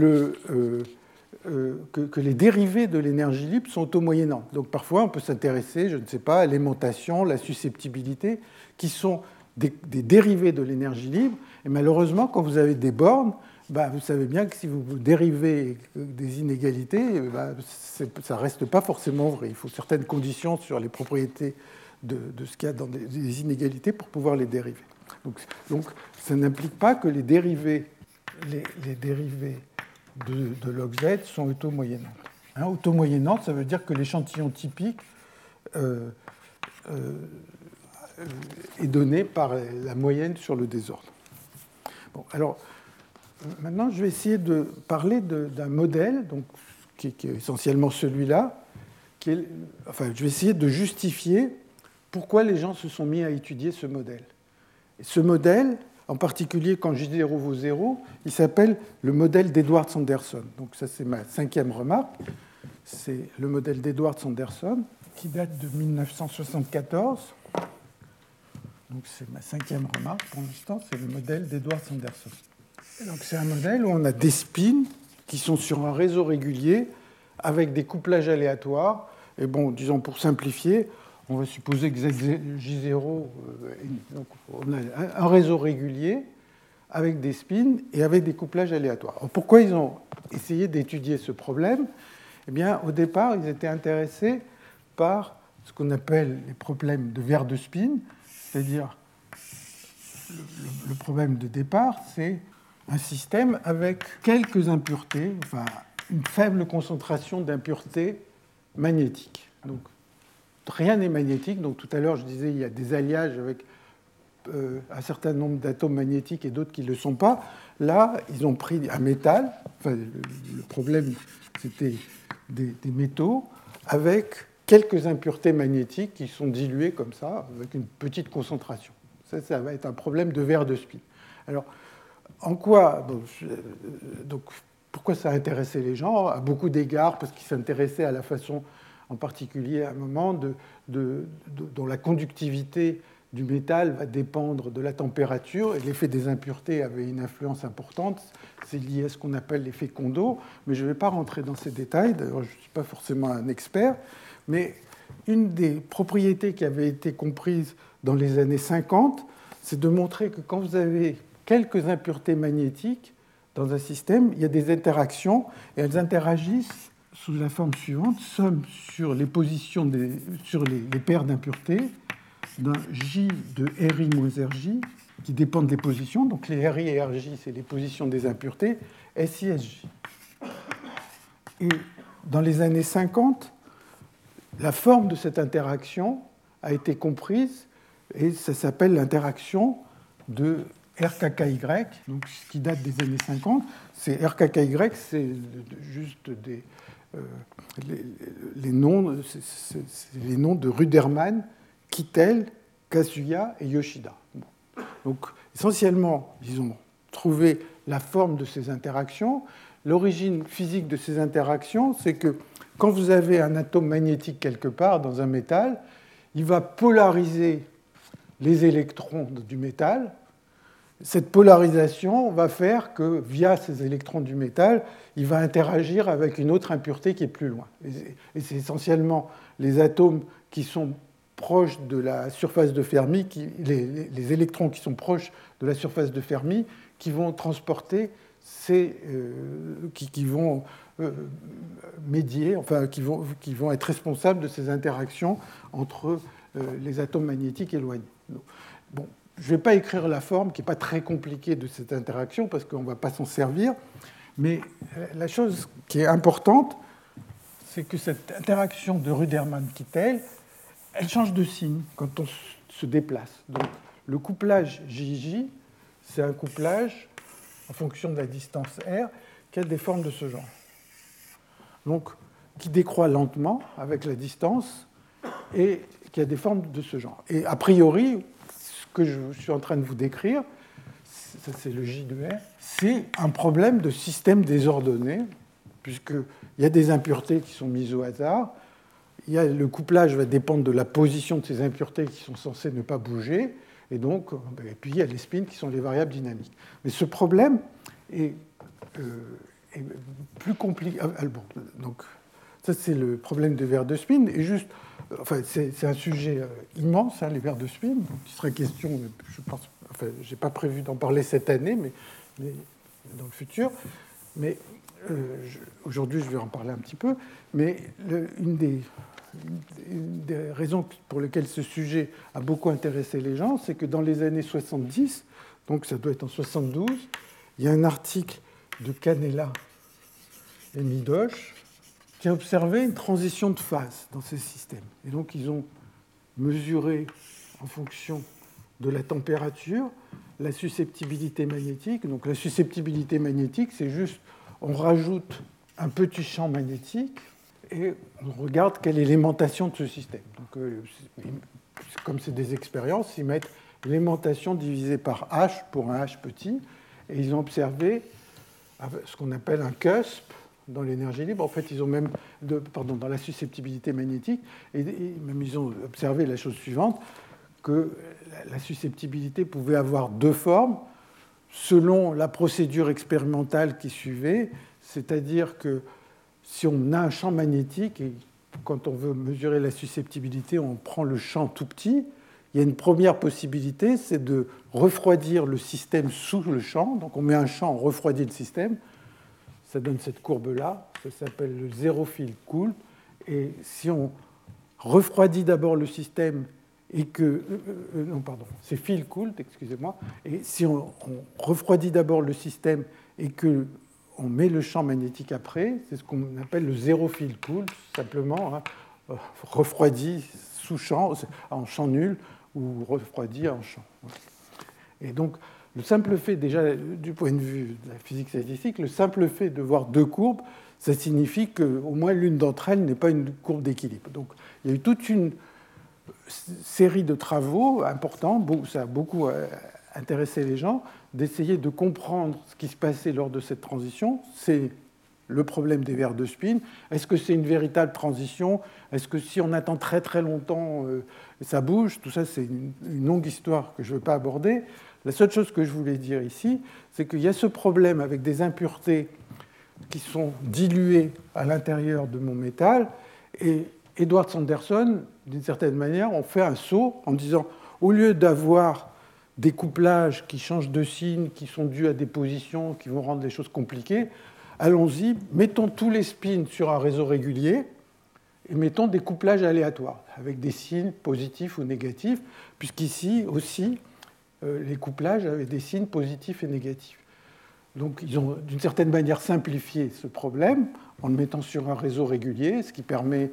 B: les dérivés de l'énergie libre sont auto-moyennantes. Donc parfois, on peut s'intéresser, je ne sais pas, à l'aimantation, la susceptibilité, qui sont des dérivés de l'énergie libre. Et malheureusement, quand vous avez des bornes, vous savez bien que si vous dérivez des inégalités, ça ne reste pas forcément vrai. Il faut certaines conditions sur les propriétés de ce qu'il y a dans des inégalités pour pouvoir les dériver. Donc ça n'implique pas que les dérivés de log Z sont auto-moyennantes. Hein, auto-moyennantes, ça veut dire que l'échantillon typique est donné par la moyenne sur le désordre. Bon, alors, maintenant, je vais essayer de parler d'un modèle donc, qui est essentiellement celui-là. Je vais essayer de justifier pourquoi les gens se sont mis à étudier ce modèle. Et ce modèle, en particulier quand J0 vaut 0, il s'appelle le modèle d'Edwards-Anderson. Donc ça, c'est ma 5e remarque. C'est le modèle d'Edwards-Anderson qui date de 1974. Donc c'est ma 5e remarque pour l'instant, c'est le modèle d'Edwards-Anderson. Donc c'est un modèle où on a des spins qui sont sur un réseau régulier avec des couplages aléatoires. Et bon, disons pour simplifier, on va supposer que J0, donc on a un réseau régulier avec des spins et avec des couplages aléatoires. Alors pourquoi ils ont essayé d'étudier ce problème? Eh bien, au départ, ils étaient intéressés par ce qu'on appelle les problèmes de verre de spin, c'est-à-dire le problème de départ, c'est un système avec quelques impuretés, enfin une faible concentration d'impuretés magnétiques. Donc, rien n'est magnétique. Donc, tout à l'heure, je disais il y a des alliages avec un certain nombre d'atomes magnétiques et d'autres qui ne le sont pas. Là, ils ont pris un métal. Enfin, le problème, c'était des métaux avec quelques impuretés magnétiques qui sont diluées comme ça, avec une petite concentration. Ça va être un problème de verre de spin. Alors, en quoi donc, pourquoi ça a intéressé les gens? À beaucoup d'égards, parce qu'ils s'intéressaient à la façon, en particulier à un moment, dont la conductivité du métal va dépendre de la température, et l'effet des impuretés avait une influence importante. C'est lié à ce qu'on appelle l'effet Kondo, mais je ne vais pas rentrer dans ces détails. D'ailleurs, je ne suis pas forcément un expert, mais une des propriétés qui avait été comprise dans les années 50, c'est de montrer que quand vous avez quelques impuretés magnétiques dans un système, il y a des interactions, et elles interagissent sous la forme suivante, somme sur les positions sur les paires d'impuretés d'un J de RI moins RJ qui dépendent des positions. Donc les RI et RJ, c'est les positions des impuretés, SI, SJ. Et dans les années 50, la forme de cette interaction a été comprise, et ça s'appelle l'interaction de RKKY, donc ce qui date des années 50. C'est RKKY, c'est juste les noms de Ruderman, Kittel, Kasuya et Yoshida. Bon. Donc, essentiellement, ils ont trouvé la forme de ces interactions. L'origine physique de ces interactions, c'est que quand vous avez un atome magnétique quelque part dans un métal, il va polariser les électrons du métal. Cette polarisation va faire que, via ces électrons du métal, il va interagir avec une autre impureté qui est plus loin. Et c'est essentiellement les atomes qui sont proches de la surface de Fermi, les électrons qui sont proches de la surface de Fermi, qui vont transporter qui vont médier, enfin qui vont être responsables de ces interactions entre les atomes magnétiques éloignés. Bon, je ne vais pas écrire la forme, qui n'est pas très compliquée, de cette interaction, parce qu'on ne va pas s'en servir, mais la chose qui est importante, c'est que cette interaction de Ruderman-Kittel, elle change de signe quand on se déplace. Donc, le couplage JJ, c'est un couplage en fonction de la distance R, qui a des formes de ce genre. Donc, qui décroît lentement avec la distance et qui a des formes de ce genre. Et a priori, ce que je suis en train de vous décrire, ça c'est le J de R, c'est un problème de système désordonné, puisqu'il y a des impuretés qui sont mises au hasard, le couplage va dépendre de la position de ces impuretés qui sont censées ne pas bouger, et puis il y a les spins qui sont les variables dynamiques. Mais ce problème est plus compliqué. Bon, donc, ça, c'est le problème des verres de spin. Et juste, enfin, c'est un sujet immense, hein, les verres de spin. Donc, il serait question, je pense, enfin, je n'ai pas prévu d'en parler cette année, mais dans le futur. Mais aujourd'hui, je vais en parler un petit peu. Mais une des raisons pour lesquelles ce sujet a beaucoup intéressé les gens, c'est que dans les années 70, donc ça doit être en 72, il y a un article de Canella et Midosh, qui a observé une transition de phase dans ces systèmes. Et donc, ils ont mesuré, en fonction de la température, la susceptibilité magnétique. Donc, la susceptibilité magnétique, c'est juste, on rajoute un petit champ magnétique et on regarde quelle est l'aimantation de ce système. Donc, comme c'est des expériences, ils mettent l'aimantation divisée par H pour un H petit, et ils ont observé ce qu'on appelle un cusp dans l'énergie libre. En fait, ils ont même, dans la susceptibilité magnétique, et même ils ont observé la chose suivante, que la susceptibilité pouvait avoir deux formes selon la procédure expérimentale qui suivait, c'est-à-dire que si on a un champ magnétique, et quand on veut mesurer la susceptibilité, on prend le champ tout petit, il y a une première possibilité, c'est de refroidir le système sous le champ. Donc on met un champ, on refroidit le système. Ça donne cette courbe-là. Ça s'appelle le zéro field cooled. Et si on refroidit d'abord le système et que... non, pardon, c'est field cooled, excusez-moi. Et si on refroidit d'abord le système et qu'on met le champ magnétique après, c'est ce qu'on appelle le zéro field cooled, simplement refroidi sous champ, en champ nul, ou refroidi en champ. Et donc, le simple fait, déjà du point de vue de la physique statistique, le simple fait de voir deux courbes, ça signifie qu'au moins l'une d'entre elles n'est pas une courbe d'équilibre. Donc, il y a eu toute une série de travaux importants, ça a beaucoup intéressé les gens, d'essayer de comprendre ce qui se passait lors de cette transition. C'est le problème des verres de spin. Est-ce que c'est une véritable transition? Est-ce que si on attend très très longtemps, ça bouge? Tout ça, c'est une longue histoire que je ne veux pas aborder. La seule chose que je voulais dire ici, c'est qu'il y a ce problème avec des impuretés qui sont diluées à l'intérieur de mon métal. Et Edward Sanderson, d'une certaine manière, on fait un saut en disant, au lieu d'avoir des couplages qui changent de signe, qui sont dus à des positions, qui vont rendre les choses compliquées, allons-y, mettons tous les spins sur un réseau régulier et mettons des couplages aléatoires, avec des signes positifs ou négatifs, puisqu'ici aussi, les couplages avaient des signes positifs et négatifs. Donc ils ont d'une certaine manière simplifié ce problème en le mettant sur un réseau régulier, ce qui permet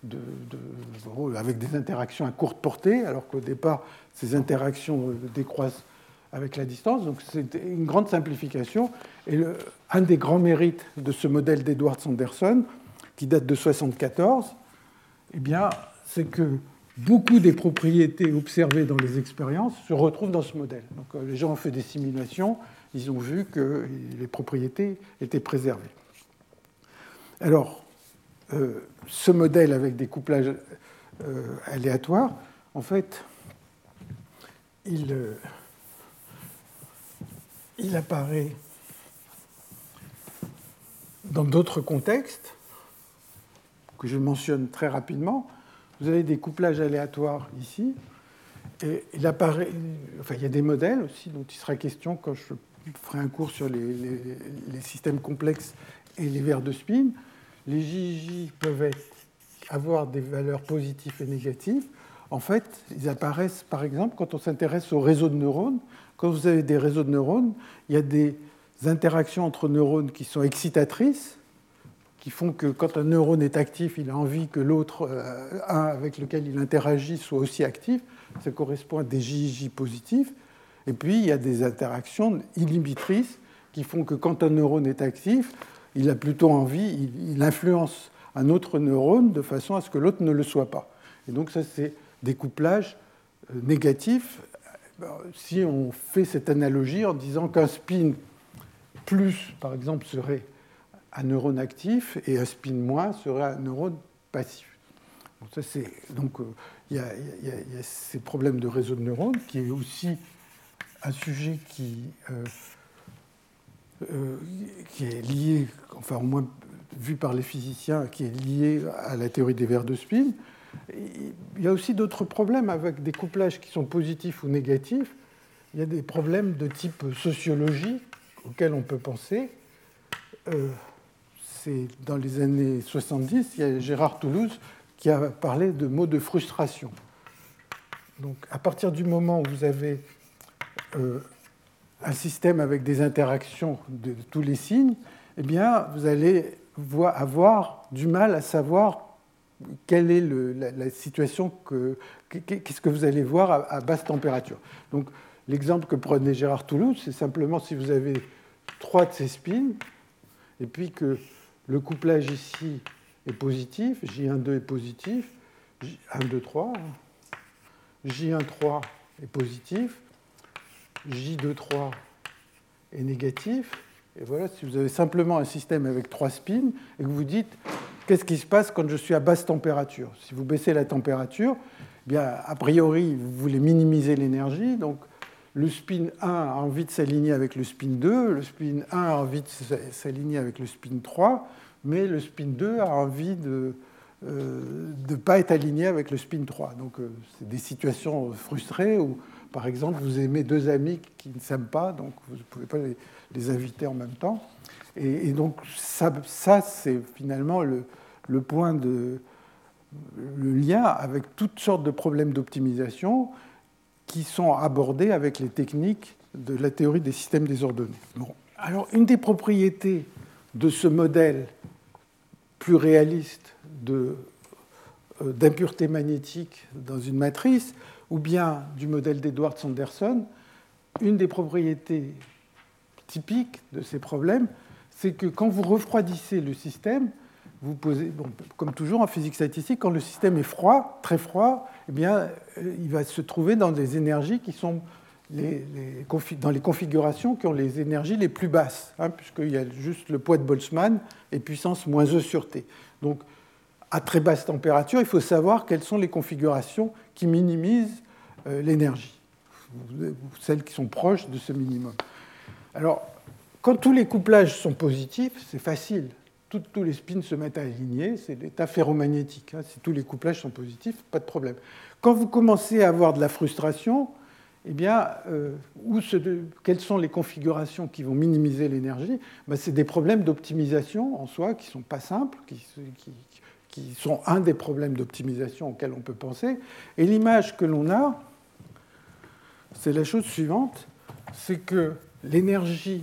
B: avec des interactions à courte portée, alors qu'au départ, ces interactions décroissent avec la distance. Donc c'est une grande simplification. Et un des grands mérites de ce modèle d'Edward Sanderson, qui date de 1974, eh bien, c'est que beaucoup des propriétés observées dans les expériences se retrouvent dans ce modèle. Donc les gens ont fait des simulations, ils ont vu que les propriétés étaient préservées. Alors, ce modèle avec des couplages aléatoires, en fait, il apparaît dans d'autres contextes que je mentionne très rapidement. Vous avez des couplages aléatoires ici, et il y a des modèles aussi dont il sera question quand je ferai un cours sur les systèmes complexes et les verres de spin. Les JJ peuvent avoir des valeurs positives et négatives. En fait, ils apparaissent, par exemple, quand on s'intéresse aux réseaux de neurones. Quand vous avez des réseaux de neurones, il y a des interactions entre neurones qui sont excitatrices, qui font que quand un neurone est actif, il a envie que l'autre, un avec lequel il interagit, soit aussi actif. Ça correspond à des JJ positifs. Et puis, il y a des interactions inhibitrices qui font que quand un neurone est actif, il a plutôt envie, il influence un autre neurone de façon à ce que l'autre ne le soit pas. Et donc ça, c'est des couplages négatifs. Si on fait cette analogie en disant qu'un spin plus, par exemple, serait un neurone actif et un spin moins serait un neurone passif. Donc il y a ces problèmes de réseau de neurones, qui est aussi un sujet qui est lié, enfin au moins vu par les physiciens, qui est lié à la théorie des verres de spin. Il y a aussi d'autres problèmes avec des couplages qui sont positifs ou négatifs. Il y a des problèmes de type sociologie auxquels on peut penser. C'est dans les années 70, il y a Gérard Toulouse qui a parlé de mots de frustration. Donc, à partir du moment où vous avez un système avec des interactions de tous les signes, eh bien, vous allez avoir du mal à savoir quelle est la situation, qu'est-ce que vous allez voir à basse température. Donc, l'exemple que prenait Gérard Toulouse, c'est simplement si vous avez 3 de ces spins, et puis que le couplage ici est positif, J1,2 est positif, J1,2, 3, J1,3 est positif, J2,3 est négatif. Et voilà, si vous avez simplement un système avec 3 spins et que vous dites qu'est-ce qui se passe quand je suis à basse température. Si vous baissez la température, eh bien, a priori, vous voulez minimiser l'énergie. Donc, le spin 1 a envie de s'aligner avec le spin 2, le spin 1 a envie de s'aligner avec le spin 3, mais le spin 2 a envie de ne pas être aligné avec le spin 3. Donc, c'est des situations frustrées où, par exemple, vous aimez 2 amis qui ne s'aiment pas, donc vous ne pouvez pas les inviter en même temps. Et donc, ça c'est finalement le point le lien avec toutes sortes de problèmes d'optimisation qui sont abordés avec les techniques de la théorie des systèmes désordonnés. Bon. Alors, une des propriétés de ce modèle plus réaliste d'impureté magnétique dans une matrice, ou bien du modèle d'Edwards-Anderson, une des propriétés typiques de ces problèmes, c'est que quand vous refroidissez le système, vous posez, bon, comme toujours en physique statistique, quand le système est froid, très froid, eh bien, il va se trouver dans des énergies qui sont dans les configurations qui ont les énergies les plus basses, hein, puisqu'il y a juste le poids de Boltzmann et puissance moins E sur T. Donc, à très basse température, il faut savoir quelles sont les configurations qui minimisent l'énergie, celles qui sont proches de ce minimum. Alors, quand tous les couplages sont positifs, c'est facile. Tous les spins se mettent à aligner, c'est l'état ferromagnétique. Hein. Si tous les couplages sont positifs, pas de problème. Quand vous commencez à avoir de la frustration, eh bien, quelles sont les configurations qui vont minimiser l'énergie? Ben, c'est des problèmes d'optimisation en soi qui ne sont pas simples, qui sont un des problèmes d'optimisation auxquels on peut penser. Et l'image que l'on a, c'est la chose suivante, c'est que l'énergie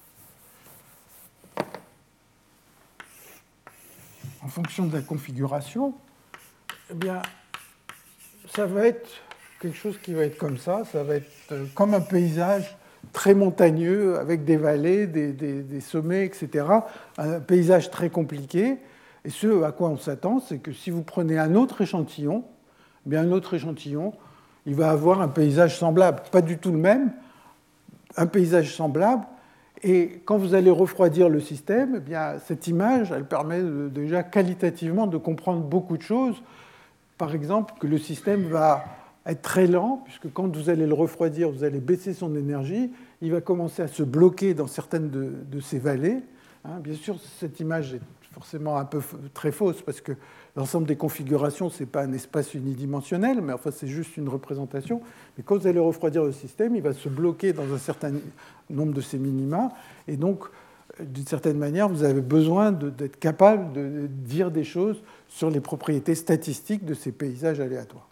B: en fonction de la configuration, eh bien, ça va être quelque chose qui va être comme ça va être comme un paysage très montagneux, avec des vallées, des sommets, etc. Un paysage très compliqué. Et ce à quoi on s'attend, c'est que si vous prenez un autre échantillon, eh bien, un autre échantillon, il va avoir un paysage semblable. Pas du tout le même, un paysage semblable. Et quand vous allez refroidir le système, eh bien, cette image, elle permet déjà qualitativement de comprendre beaucoup de choses. Par exemple, que le système va être très lent, puisque quand vous allez le refroidir, vous allez baisser son énergie, il va commencer à se bloquer dans certaines de ces vallées. Hein, bien sûr, cette image est forcément un peu très fausse, parce que l'ensemble des configurations, ce n'est pas un espace unidimensionnel, mais enfin, c'est juste une représentation. Mais quand vous allez refroidir le système, il va se bloquer dans un certain nombre de ces minima, et donc, d'une certaine manière, vous avez besoin d'être capable de dire des choses sur les propriétés statistiques de ces paysages aléatoires.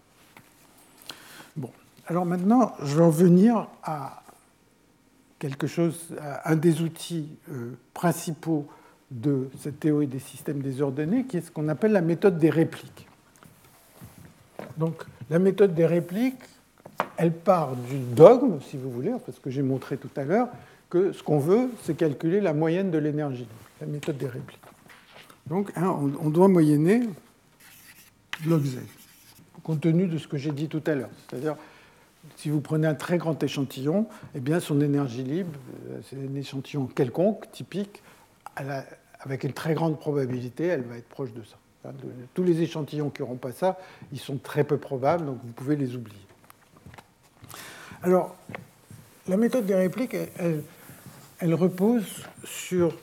B: Bon, alors maintenant, je vais en venir à quelque chose, à un des outils principaux de cette théorie des systèmes désordonnés, qui est ce qu'on appelle la méthode des répliques. Donc, la méthode des répliques, elle part du dogme, si vous voulez, parce que j'ai montré tout à l'heure, que ce qu'on veut, c'est calculer la moyenne de l'énergie, la méthode des répliques. Donc, hein, on doit moyenner log z, compte tenu de ce que j'ai dit tout à l'heure. C'est-à-dire, si vous prenez un très grand échantillon, eh bien, son énergie libre, c'est un échantillon quelconque, typique, avec une très grande probabilité, elle va être proche de ça. Tous les échantillons qui n'auront pas ça, ils sont très peu probables, donc vous pouvez les oublier. Alors, la méthode des répliques, elle repose sur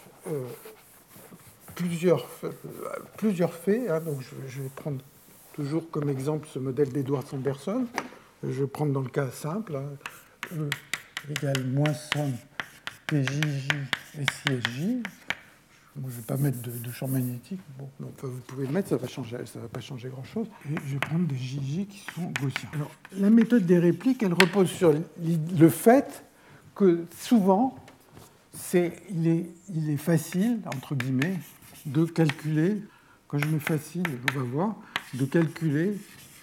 B: plusieurs faits. Hein, donc je vais prendre toujours comme exemple ce modèle d'Edwards-Anderson. Je vais prendre dans le cas simple, hein, E égale moins somme PJJ et CSJ. Je ne vais pas mettre de champ magnétique. Bon, donc, vous pouvez le mettre, ça ne va pas changer grand-chose. Et je vais prendre des JJ qui sont gaussiens. Alors, la méthode des répliques, elle repose sur le fait que souvent, il est facile, entre guillemets, de calculer, quand je mets facile, on va voir, de calculer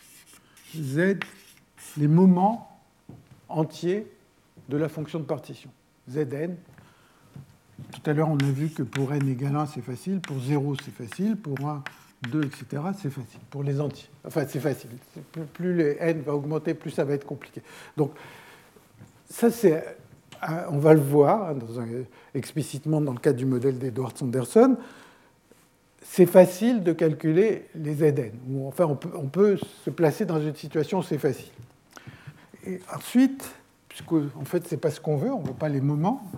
B: Z, les moments entiers de la fonction de partition. Zn. Tout à l'heure, on a vu que pour n égale 1, c'est facile. Pour 0, c'est facile. Pour 1, 2, etc., c'est facile. Pour les entiers. Enfin, c'est facile. Plus les n va augmenter, plus ça va être compliqué. Donc, ça, c'est... On va le voir explicitement dans le cadre du modèle d'Edwards-Anderson. C'est facile de calculer les Zn. Enfin, on peut se placer dans une situation où c'est facile. Et ensuite, puisqu'en fait, ce n'est pas ce qu'on veut, on ne veut pas les moments,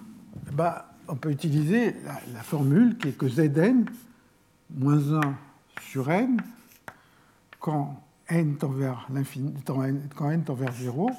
B: on peut utiliser la formule qui est que Zn, moins 1 sur n, quand n tend vers l'infini, quand n tend vers 0,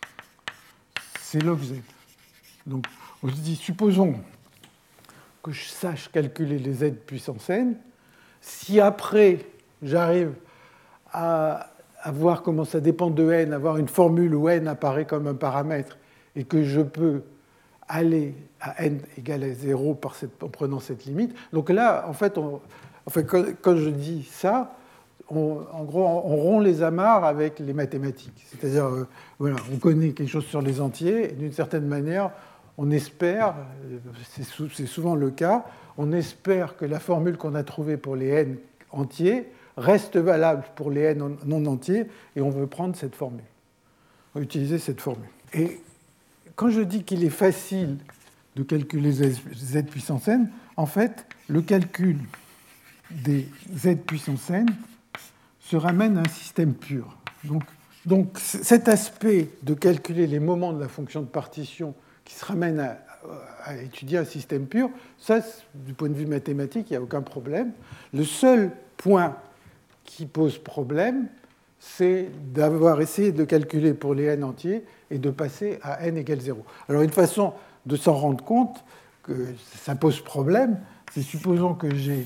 B: c'est log z. Donc, on se dit, supposons que je sache calculer les z puissance n, si après, j'arrive à voir comment ça dépend de n, avoir une formule où n apparaît comme un paramètre, et que je peux aller à n égale à 0 en prenant cette limite. Donc là, en fait, quand je dis ça, en gros, on rompt les amarres avec les mathématiques. C'est-à-dire, voilà, on connaît quelque chose sur les entiers, et d'une certaine manière, on espère, c'est souvent le cas, on espère que la formule qu'on a trouvée pour les n entiers reste valable pour les n non entiers, et on veut prendre cette formule. On va utiliser cette formule. Et quand je dis qu'il est facile de calculer z puissance n, en fait, le calcul des z puissance n se ramène à un système pur. Donc cet aspect de calculer les moments de la fonction de partition qui se ramène à étudier un système pur, ça, du point de vue mathématique, il n'y a aucun problème. Le seul point qui pose problème, c'est d'avoir essayé de calculer pour les n entiers et de passer à n égale 0. Alors une façon de s'en rendre compte que ça pose problème, c'est supposons que j'ai...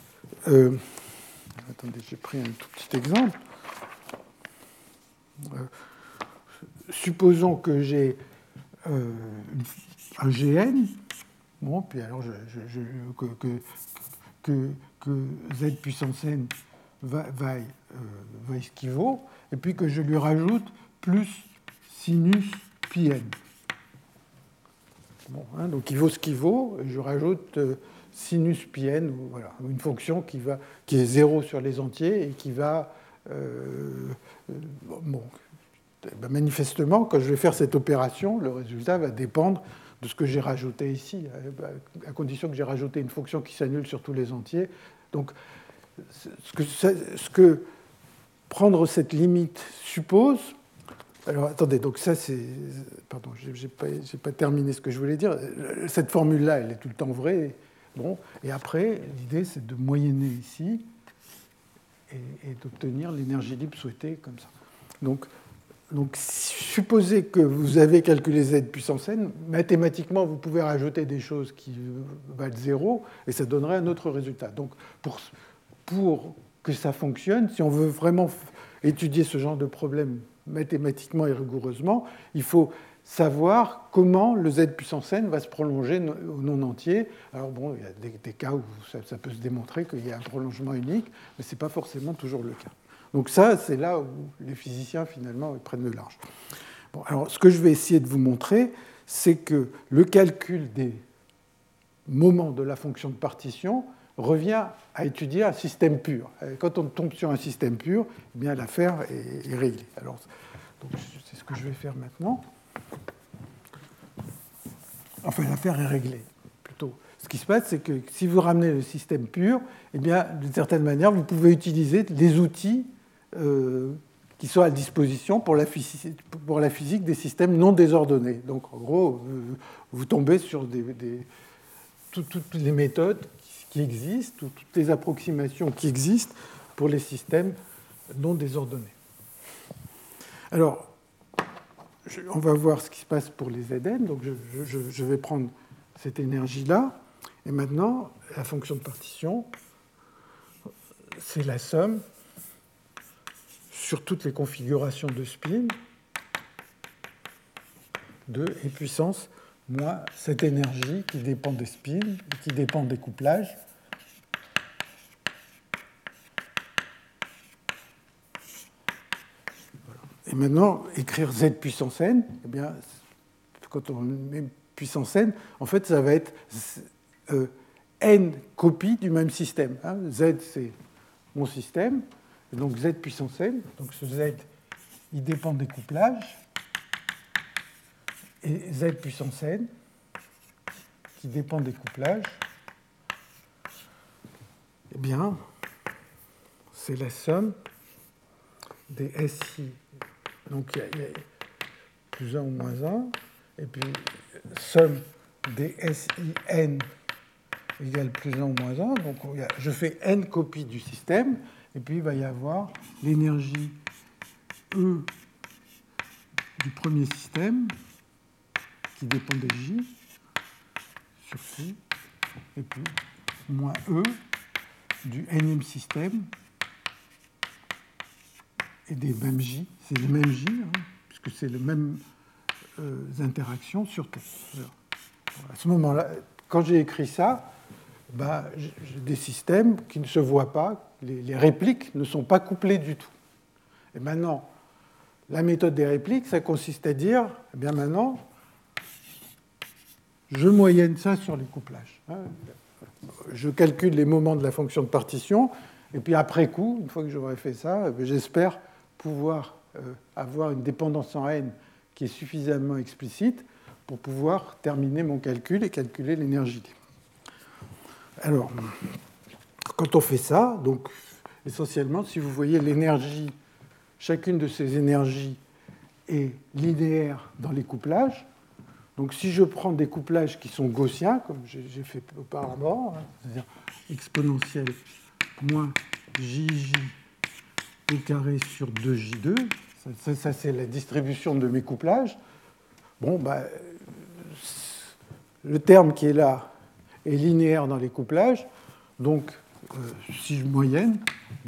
B: attendez, j'ai pris un tout petit exemple. Supposons que j'ai un Gn, bon, puis alors que z puissance n va ce qui vaut, et puis que je lui rajoute plus sinus pi n. Bon, donc il vaut ce qu'il vaut, et je rajoute sinus pi n, voilà, une fonction qui est 0 sur les entiers et qui va... manifestement, quand je vais faire cette opération, le résultat va dépendre de ce que j'ai rajouté ici, à condition que j'ai rajouté une fonction qui s'annule sur tous les entiers. Donc, ce que prendre cette limite suppose... Alors, attendez, donc ça, c'est... Pardon, je n'ai pas terminé ce que je voulais dire. Cette formule-là, elle est tout le temps vraie. Bon, et après, l'idée, c'est de moyenner ici et d'obtenir l'énergie libre souhaitée comme ça. Donc, supposez que vous avez calculé z puissance n, mathématiquement, vous pouvez rajouter des choses qui valent 0, et ça donnerait un autre résultat. Donc, pour que ça fonctionne, si on veut vraiment étudier ce genre de problème mathématiquement et rigoureusement, il faut savoir comment le z puissance n va se prolonger au non entier. Alors bon, il y a des cas où ça peut se démontrer qu'il y a un prolongement unique, mais ce n'est pas forcément toujours le cas. Donc ça, c'est là où les physiciens, finalement, prennent le large. Bon, alors, ce que je vais essayer de vous montrer, c'est que le calcul des moments de la fonction de partition revient à étudier un système pur. Quand on tombe sur un système pur, eh bien, l'affaire est réglée. Alors, c'est ce que je vais faire maintenant. Enfin, l'affaire est réglée, plutôt. Ce qui se passe, c'est que si vous ramenez le système pur, eh bien, d'une certaine manière, vous pouvez utiliser les outils qui sont à disposition pour la physique des systèmes non désordonnés. Donc, en gros, vous tombez sur toutes les méthodes qui existent, toutes les approximations qui existent pour les systèmes non désordonnés. Alors, on va voir ce qui se passe pour les Zn. Donc, je vais prendre cette énergie-là. Et maintenant, la fonction de partition, c'est la somme sur toutes les configurations de spin de E puissance moins cette énergie qui dépend des spins, qui dépend des couplages, maintenant, écrire z puissance n, eh bien, quand on met puissance n, en fait, ça va être n copies du même système. Hein. Z, c'est mon système, et donc z puissance n. Donc ce z, il dépend des couplages, et z puissance n, qui dépend des couplages, eh bien, c'est la somme des SI. Donc, il y a plus 1 ou moins 1, et puis somme des SIN égale plus 1 ou moins 1. Donc, je fais n copies du système, et puis il va y avoir l'énergie E du premier système, qui dépend des J, sur C, et puis moins E du nème système, et des mêmes J, c'est les mêmes J, hein, puisque c'est les mêmes interactions sur T. Alors, à ce moment-là, quand j'ai écrit ça, j'ai des systèmes qui ne se voient pas, les répliques ne sont pas couplées du tout. Et maintenant, la méthode des répliques, ça consiste à dire, eh bien maintenant, je moyenne ça sur les couplages. Je calcule les moments de la fonction de partition, et puis après coup, une fois que j'aurai fait ça, j'espère pouvoir avoir une dépendance en n qui est suffisamment explicite pour pouvoir terminer mon calcul et calculer l'énergie D. Alors, quand on fait ça, donc essentiellement, si vous voyez l'énergie, chacune de ces énergies est linéaire dans les couplages. Donc si je prends des couplages qui sont gaussiens, comme j'ai fait auparavant, hein, c'est-à-dire exponentielle moins JJ au carré sur 2J2, ça c'est la distribution de mes couplages. Bon, le terme qui est là est linéaire dans les couplages, donc si je moyenne,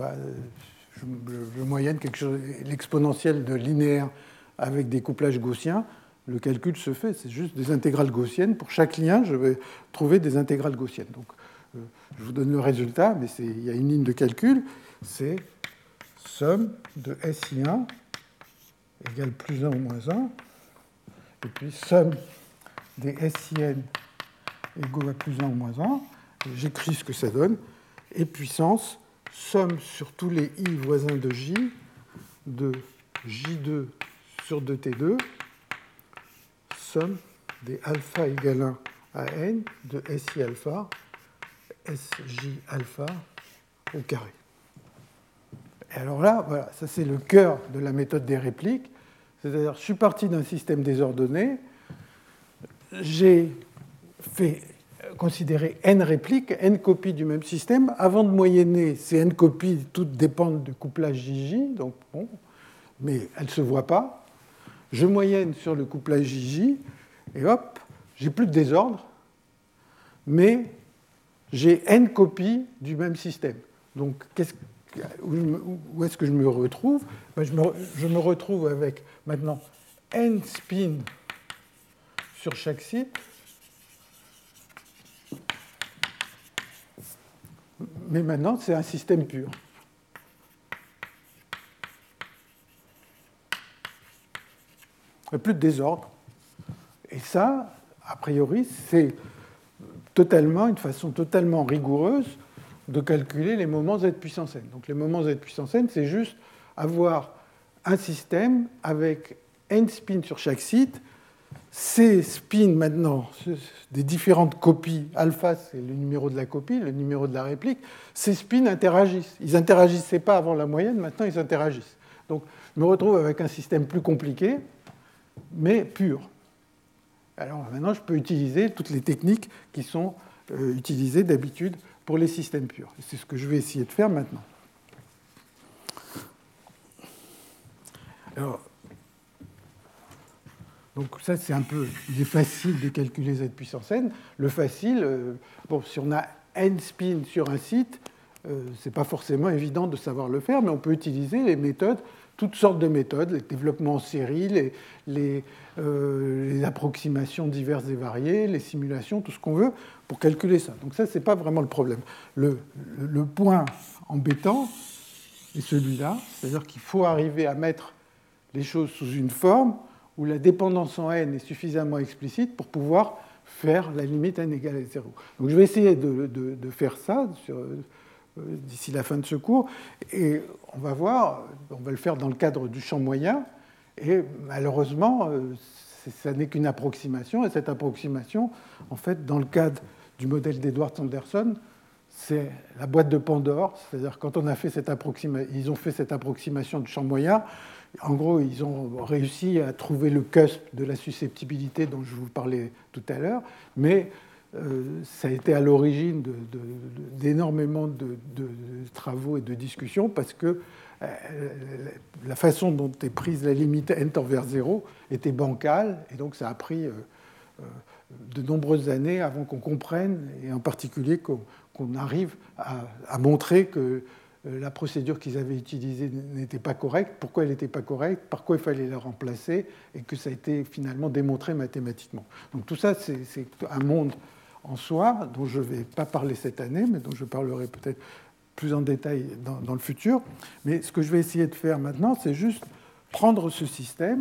B: je moyenne quelque chose, l'exponentielle de linéaire avec des couplages gaussiens, le calcul se fait, c'est juste des intégrales gaussiennes. Pour chaque lien, je vais trouver des intégrales gaussiennes. Donc, je vous donne le résultat, mais il y a une ligne de calcul, c'est somme de SI1 égale plus 1 ou moins 1, et puis somme des SIN égale à plus 1 ou moins 1, j'écris ce que ça donne, et puissance, somme sur tous les I voisins de J, de J2 sur 2T2, somme des alpha égale 1 à n de SI alpha, SJ alpha au carré. Et alors là, voilà, ça c'est le cœur de la méthode des répliques. C'est-à-dire, je suis parti d'un système désordonné, j'ai fait considérer n répliques, n copies du même système. Avant de moyenner, ces n copies, toutes dépendent du couplage JJ, donc bon, mais elles ne se voient pas. Je moyenne sur le couplage JJ, et hop, j'ai plus de désordre, mais j'ai n copies du même système. Donc, où est-ce que je me retrouve? Je me retrouve avec maintenant n spin sur chaque site, mais maintenant c'est un système pur. Il n'y a plus de désordre. Et ça, a priori, c'est une façon totalement rigoureuse de calculer les moments z puissance n. Donc les moments z puissance n, c'est juste avoir un système avec n spins sur chaque site. Ces spins, maintenant, des différentes copies, alpha, c'est le numéro de la copie, le numéro de la réplique, ces spins interagissent. Ils n'interagissent pas avant la moyenne, maintenant ils interagissent. Donc je me retrouve avec un système plus compliqué, mais pur. Alors maintenant, je peux utiliser toutes les techniques qui sont utilisées d'habitude pour les systèmes purs. Et c'est ce que je vais essayer de faire maintenant. Alors, donc ça, c'est un peu... Il est facile de calculer z puissance n. Le facile, si on a n spin sur un site, ce n'est pas forcément évident de savoir le faire, mais on peut utiliser les méthodes, toutes sortes de méthodes, les développements en série, les approximations diverses et variées, les simulations, tout ce qu'on veut, pour calculer ça. Donc ça, ce n'est pas vraiment le problème. Le point embêtant est celui-là, c'est-à-dire qu'il faut arriver à mettre les choses sous une forme où la dépendance en n est suffisamment explicite pour pouvoir faire la limite n égale à 0. Donc je vais essayer de faire ça d'ici la fin de ce cours, et on va voir, on va le faire dans le cadre du champ moyen, et malheureusement, ça n'est qu'une approximation, et cette approximation, en fait, dans le cadre du modèle d'Edwards-Anderson, c'est la boîte de Pandore, c'est-à-dire quand on a fait ils ont fait cette approximation du champ moyen, en gros, ils ont réussi à trouver le cusp de la susceptibilité dont je vous parlais tout à l'heure, mais ça a été à l'origine d'énormément de travaux et de discussions parce que la façon dont est prise la limite n tend vers 0 était bancale, et donc ça a pris de nombreuses années avant qu'on comprenne, et en particulier qu'on arrive à montrer que la procédure qu'ils avaient utilisée n'était pas correcte, pourquoi elle n'était pas correcte, par quoi il fallait la remplacer, et que ça a été finalement démontré mathématiquement. Donc tout ça, c'est un monde en soi dont je ne vais pas parler cette année, mais dont je parlerai peut-être plus en détail dans le futur. Mais ce que je vais essayer de faire maintenant, c'est juste prendre ce système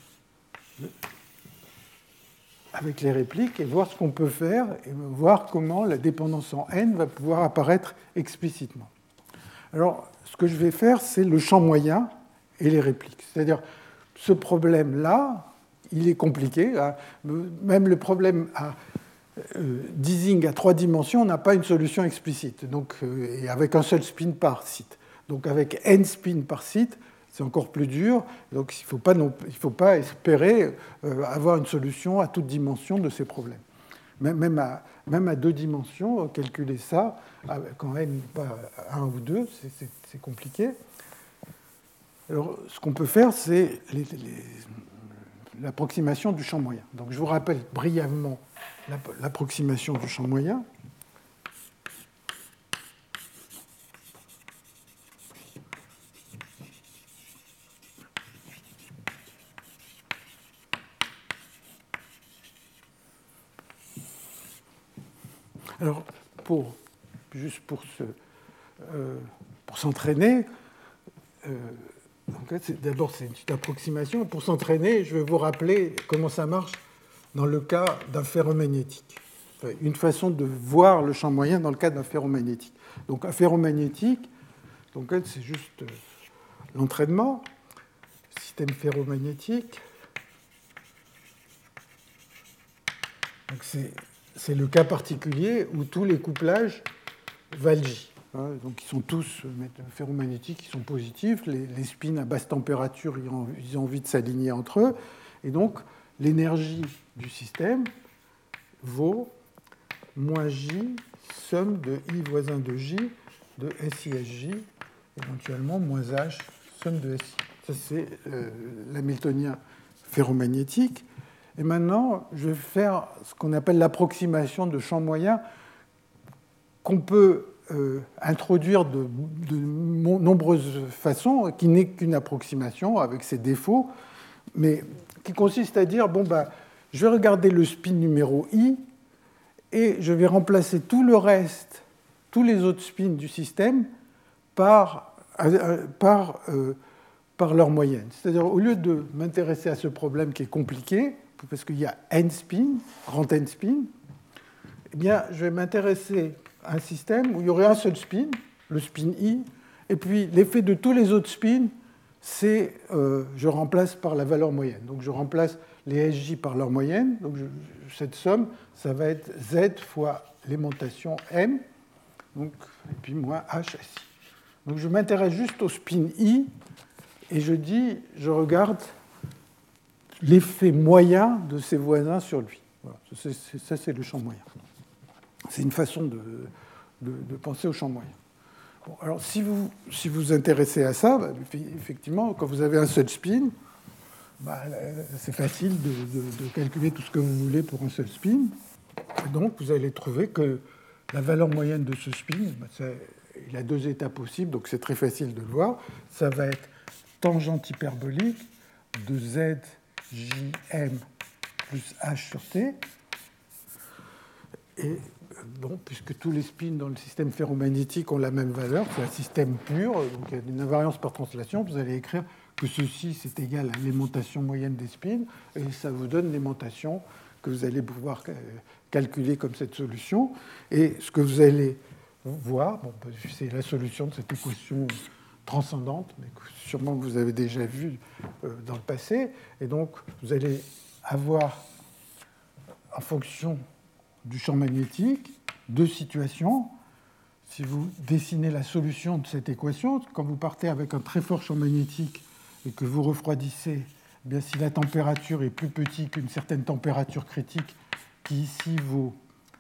B: avec les répliques et voir ce qu'on peut faire et voir comment la dépendance en n va pouvoir apparaître explicitement. Alors, ce que je vais faire, c'est le champ moyen et les répliques. C'est-à-dire, ce problème-là, il est compliqué. Même le problème d'Ising à 3 dimensions n'a pas une solution explicite, donc, et avec un seul spin par site. Donc, avec n spins par site, c'est encore plus dur. Donc, il ne faut pas espérer avoir une solution à toute dimension de ces problèmes. Même à 2 dimensions, calculer ça, quand n n'est pas 1 ou 2, c'est compliqué. Alors, ce qu'on peut faire, c'est l'approximation du champ moyen. Donc, je vous rappelle brièvement l'approximation du champ moyen. Alors, juste pour s'entraîner, d'abord c'est une petite approximation. Pour s'entraîner, je vais vous rappeler comment ça marche dans le cas d'un ferromagnétique. Enfin, une façon de voir le champ moyen dans le cas d'un ferromagnétique. Donc un ferromagnétique, c'est juste l'entraînement, système ferromagnétique. Donc c'est le cas particulier où tous les couplages valent J. Donc ils sont tous ferromagnétiques, ils sont positifs. Les spins à basse température, ils ont envie de s'aligner entre eux. Et donc l'énergie du système vaut moins J, somme de I voisin de J, de SISJ, éventuellement moins H, somme de SI. Ça, c'est l'hamiltonien ferromagnétique. Et maintenant, je vais faire ce qu'on appelle l'approximation de champ moyen qu'on peut introduire de nombreuses façons, qui n'est qu'une approximation avec ses défauts, mais qui consiste à dire, je vais regarder le spin numéro I et je vais remplacer tout le reste, tous les autres spins du système par leur moyenne. C'est-à-dire, au lieu de m'intéresser à ce problème qui est compliqué, parce qu'il y a n spins, grand n spins, eh bien, je vais m'intéresser à un système où il y aurait un seul spin, le spin I, et puis l'effet de tous les autres spins, c'est je remplace par la valeur moyenne. Donc je remplace les SJ par leur moyenne. Donc cette somme, ça va être Z fois l'aimantation M, donc, et puis moins HSI. Donc je m'intéresse juste au spin I, et je regarde l'effet moyen de ses voisins sur lui. Voilà. Ça, c'est le champ moyen. C'est une façon de penser au champ moyen. Bon, alors, si vous vous intéressez à ça, effectivement, quand vous avez un seul spin, c'est facile de calculer tout ce que vous voulez pour un seul spin. Et donc, vous allez trouver que la valeur moyenne de ce spin, il a 2 états possibles, donc c'est très facile de le voir. Ça va être tangente hyperbolique de ZJM plus H sur T. Et puisque tous les spins dans le système ferromagnétique ont la même valeur, c'est un système pur, donc il y a une invariance par translation, vous allez écrire que ceci c'est égal à l'aimantation moyenne des spins, et ça vous donne l'aimantation que vous allez pouvoir calculer comme cette solution. Et ce que vous allez voir, bon, c'est la solution de cette équation transcendante, mais que sûrement vous avez déjà vu dans le passé. Et donc, vous allez avoir, en fonction du champ magnétique, deux situations. Si vous dessinez la solution de cette équation, quand vous partez avec un très fort champ magnétique et que vous refroidissez, eh bien, si la température est plus petite qu'une certaine température critique, qui ici vaut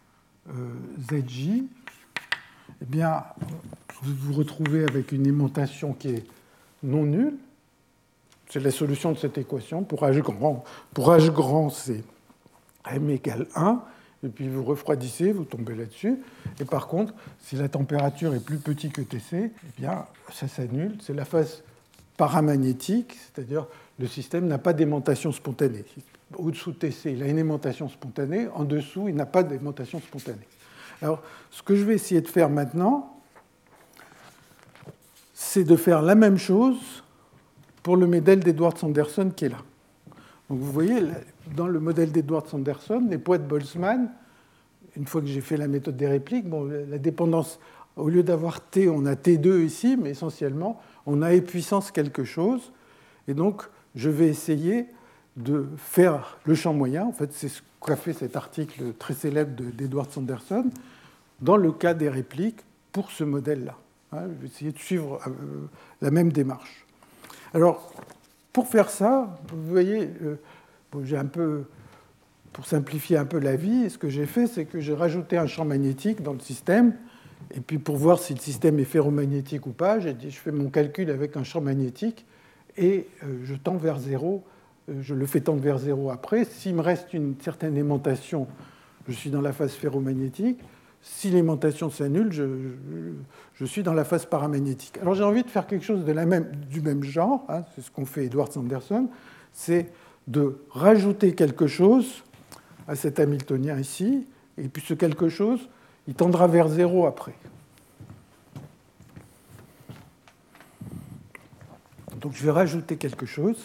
B: Zj, eh bien, vous vous retrouvez avec une aimantation qui est non nulle. C'est la solution de cette équation. Pour H grand, c'est M égale 1. Et puis vous refroidissez, vous tombez là-dessus. Et par contre, si la température est plus petite que Tc, eh bien, ça s'annule. C'est la phase paramagnétique, c'est-à-dire le système n'a pas d'aimantation spontanée. Au-dessous de Tc, il a une aimantation spontanée. En dessous, il n'a pas d'aimantation spontanée. Alors, ce que je vais essayer de faire maintenant, c'est de faire la même chose pour le modèle d'Edwards-Anderson qui est là. Donc vous voyez, dans le modèle d'Edwards-Anderson, les poids de Boltzmann, une fois que j'ai fait la méthode des répliques, bon, la dépendance, au lieu d'avoir T, on a T2 ici, mais essentiellement, on a E puissance quelque chose. Et donc, je vais essayer de faire le champ moyen. En fait, c'est ce qu'a fait cet article très célèbre d'Edwards-Anderson dans le cas des répliques pour ce modèle-là. Je vais essayer de suivre la même démarche. Alors, pour faire ça, vous voyez, j'ai un peu, pour simplifier un peu la vie, ce que j'ai fait, c'est que j'ai rajouté un champ magnétique dans le système, et puis pour voir si le système est ferromagnétique ou pas, j'ai dit, je fais mon calcul avec un champ magnétique, et je tends vers zéro, je le fais tendre vers zéro après. S'il me reste une certaine aimantation, je suis dans la phase ferromagnétique. Si l'aimantation s'annule, je suis dans la phase paramagnétique. Alors j'ai envie de faire quelque chose du même genre, hein, c'est ce qu'ont fait Edwards-Anderson, c'est de rajouter quelque chose à cet Hamiltonien ici, et puis ce quelque chose, il tendra vers zéro après. Donc je vais rajouter quelque chose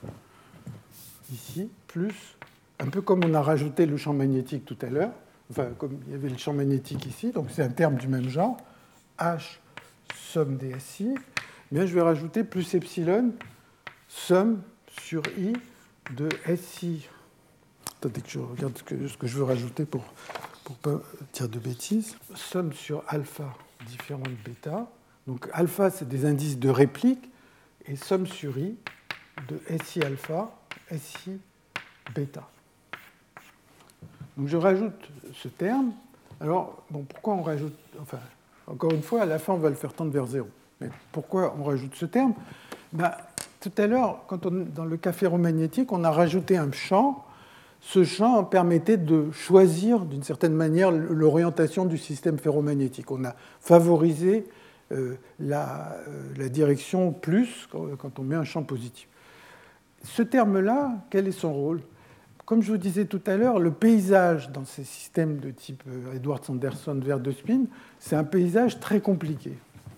B: ici, plus, un peu comme on a rajouté le champ magnétique tout à l'heure, enfin, comme il y avait le champ magnétique ici, donc c'est un terme du même genre, H somme des SI, bien je vais rajouter plus epsilon somme sur I de SI. Attendez que je regarde ce que je veux rajouter pour ne pas dire de bêtises. Somme sur alpha différente de bêta. Donc alpha, c'est des indices de réplique, et somme sur I de SI alpha, SI bêta. Donc je rajoute ce terme. Alors, bon, pourquoi on rajoute... Enfin, encore une fois, à la fin, on va le faire tendre vers zéro. Mais pourquoi on rajoute ce terme? Tout à l'heure, dans le cas ferromagnétique, on a rajouté un champ. Ce champ permettait de choisir, d'une certaine manière, l'orientation du système ferromagnétique. On a favorisé la direction plus quand on met un champ positif. Ce terme-là, quel est son rôle? Comme je vous disais tout à l'heure, le paysage dans ces systèmes de type Edwards-Anderson vers de spin, c'est un paysage très compliqué.